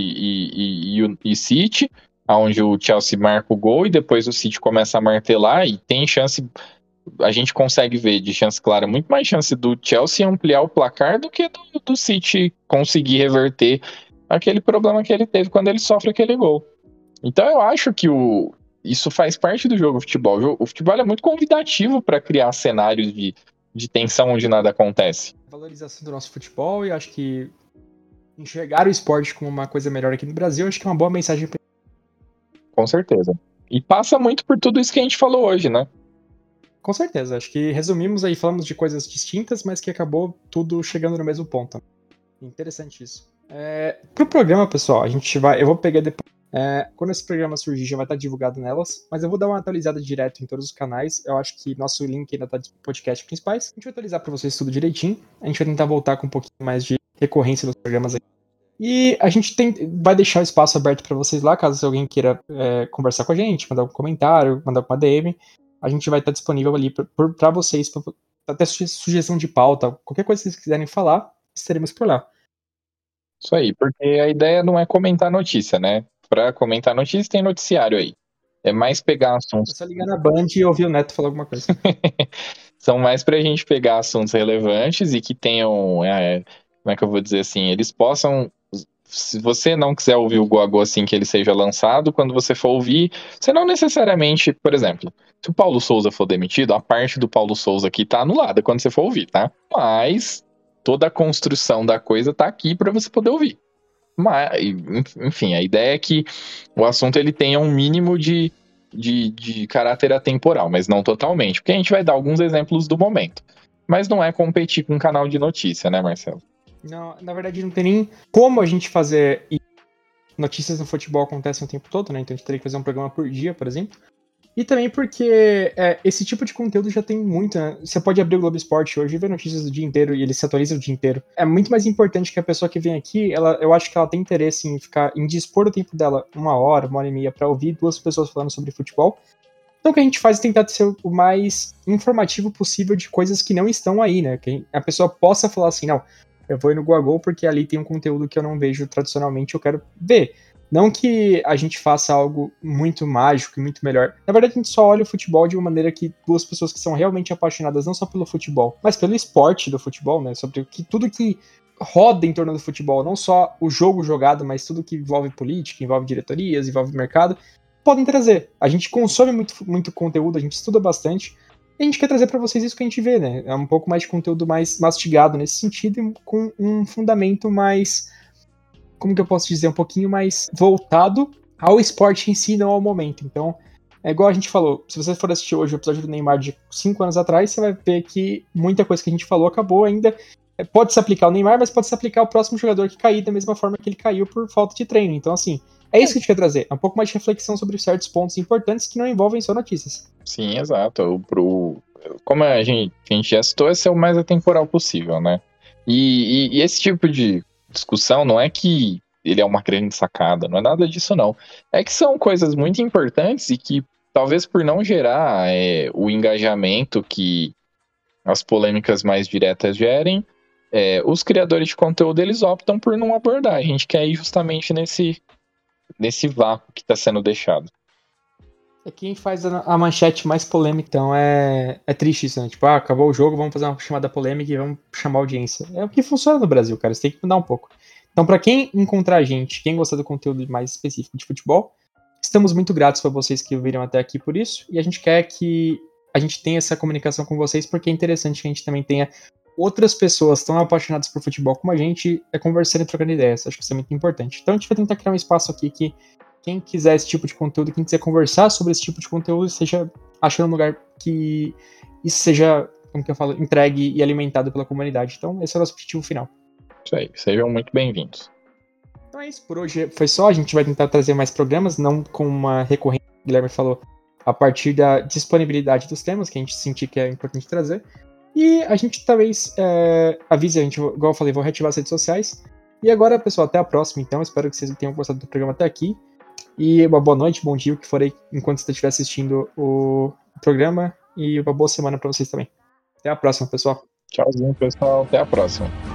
e City, onde o Chelsea marca o gol e depois o City começa a martelar e tem chance, a gente consegue ver de chance clara, muito mais chance do Chelsea ampliar o placar do que do City conseguir reverter aquele problema que ele teve quando ele sofre aquele gol. Então eu acho que isso faz parte do jogo de futebol. O futebol é muito convidativo para criar cenários de tensão onde nada acontece. Valorização do nosso futebol, e acho que enxergar o esporte como uma coisa melhor aqui no Brasil, acho que é uma boa mensagem. Com certeza. E passa muito por tudo isso que a gente falou hoje, né? Com certeza. Acho que resumimos aí, falamos de coisas distintas, mas que acabou tudo chegando no mesmo ponto. Interessante isso. Pro programa, pessoal, eu vou pegar depois. Quando esse programa surgir, já vai estar divulgado nelas, mas eu vou dar uma atualizada direto em todos os canais. Eu acho que nosso link ainda está nos podcasts principais. A gente vai atualizar para vocês tudo direitinho. A gente vai tentar voltar com um pouquinho mais de recorrência nos programas aqui. E a gente vai deixar o espaço aberto para vocês lá, caso alguém queira conversar com a gente, mandar um comentário, mandar uma DM. A gente vai estar disponível ali para vocês, pra até sugestão de pauta, qualquer coisa que vocês quiserem falar, estaremos por lá. Isso aí, porque a ideia não é comentar notícia, né? Pra comentar notícia tem noticiário aí. É mais pegar assuntos. É só ligar na Band e ouvir o Neto falar alguma coisa. São mais pra gente pegar assuntos relevantes e que tenham, como é que eu vou dizer assim, eles possam, se você não quiser ouvir o Goagô assim que ele seja lançado, quando você for ouvir, você não necessariamente, por exemplo, se o Paulo Souza for demitido, a parte do Paulo Souza aqui tá anulada quando você for ouvir, tá? Mas toda a construção da coisa tá aqui pra você poder ouvir. Mas, enfim, a ideia é que o assunto ele tenha um mínimo de caráter atemporal, mas não totalmente, porque a gente vai dar alguns exemplos do momento. Mas não é competir com um canal de notícia, né, Marcelo? Não, na verdade não tem nem como a gente fazer. Notícias no futebol acontecem o tempo todo, né? Então a gente teria que fazer um programa por dia, por exemplo. E também porque esse tipo de conteúdo já tem muito, né? Você pode abrir o Globo Esporte hoje e ver notícias do dia inteiro, e ele se atualiza o dia inteiro. É muito mais importante que a pessoa que vem aqui, eu acho que ela tem interesse em dispor o tempo dela 1 hora e meia pra ouvir 2 pessoas falando sobre futebol. Então o que a gente faz é tentar ser o mais informativo possível de coisas que não estão aí, né? Que a pessoa possa falar assim, não, eu vou ir no Goagol porque ali tem um conteúdo que eu não vejo tradicionalmente, eu quero ver. Não que a gente faça algo muito mágico e muito melhor. Na verdade, a gente só olha o futebol de uma maneira que 2 pessoas que são realmente apaixonadas não só pelo futebol, mas pelo esporte do futebol, né? Sobre tudo que roda em torno do futebol, não só o jogo jogado, mas tudo que envolve política, envolve diretorias, envolve mercado, podem trazer. A gente consome muito conteúdo, a gente estuda bastante, e a gente quer trazer para vocês isso que a gente vê, né? É um pouco mais de conteúdo mais mastigado nesse sentido, e com um fundamento mais, como que eu posso dizer, um pouquinho mais voltado ao esporte em si, não ao momento. Então, é igual a gente falou, se você for assistir hoje o episódio do Neymar de 5 anos atrás, você vai ver que muita coisa que a gente falou acabou ainda. Pode se aplicar ao Neymar, mas pode se aplicar ao próximo jogador que cair da mesma forma que ele caiu por falta de treino. Então, assim, é isso que a gente quer trazer. É um pouco mais de reflexão sobre certos pontos importantes que não envolvem só notícias. Sim, exato. Como a gente já citou, esse é o mais atemporal possível, né? E esse tipo de discussão não é que ele é uma grande sacada, não é nada disso não. É que são coisas muito importantes e que talvez por não gerar o engajamento que as polêmicas mais diretas gerem, os criadores de conteúdo eles optam por não abordar. A gente quer ir justamente nesse vácuo que está sendo deixado. É quem faz a manchete mais polêmica, então é triste isso, né? Tipo, acabou o jogo, vamos fazer uma chamada polêmica e vamos chamar a audiência. É o que funciona no Brasil, cara, você tem que mudar um pouco. Então, pra quem encontrar a gente, quem gostar do conteúdo mais específico de futebol, estamos muito gratos pra vocês que viram até aqui por isso, e a gente quer que a gente tenha essa comunicação com vocês, porque é interessante que a gente também tenha outras pessoas tão apaixonadas por futebol como a gente, conversando e trocando ideias. Acho que isso é muito importante. Então a gente vai tentar criar um espaço aqui que quem quiser esse tipo de conteúdo, quem quiser conversar sobre esse tipo de conteúdo, seja achando um lugar que isso seja, como que eu falo, entregue e alimentado pela comunidade. Então esse é o nosso objetivo final. Isso aí, sejam muito bem-vindos. Então é isso, por hoje foi só. A gente vai tentar trazer mais programas, não com uma recorrência, o Guilherme falou, a partir da disponibilidade dos temas, que a gente sentir que é importante trazer. E a gente talvez avise, igual eu falei, vou reativar as redes sociais. E agora, pessoal, até a próxima, então. Espero que vocês tenham gostado do programa até aqui. E uma boa noite, bom dia, o que for aí, enquanto você estiver assistindo o programa. E uma boa semana para vocês também. Até a próxima, pessoal. Tchauzinho, pessoal. Até a próxima.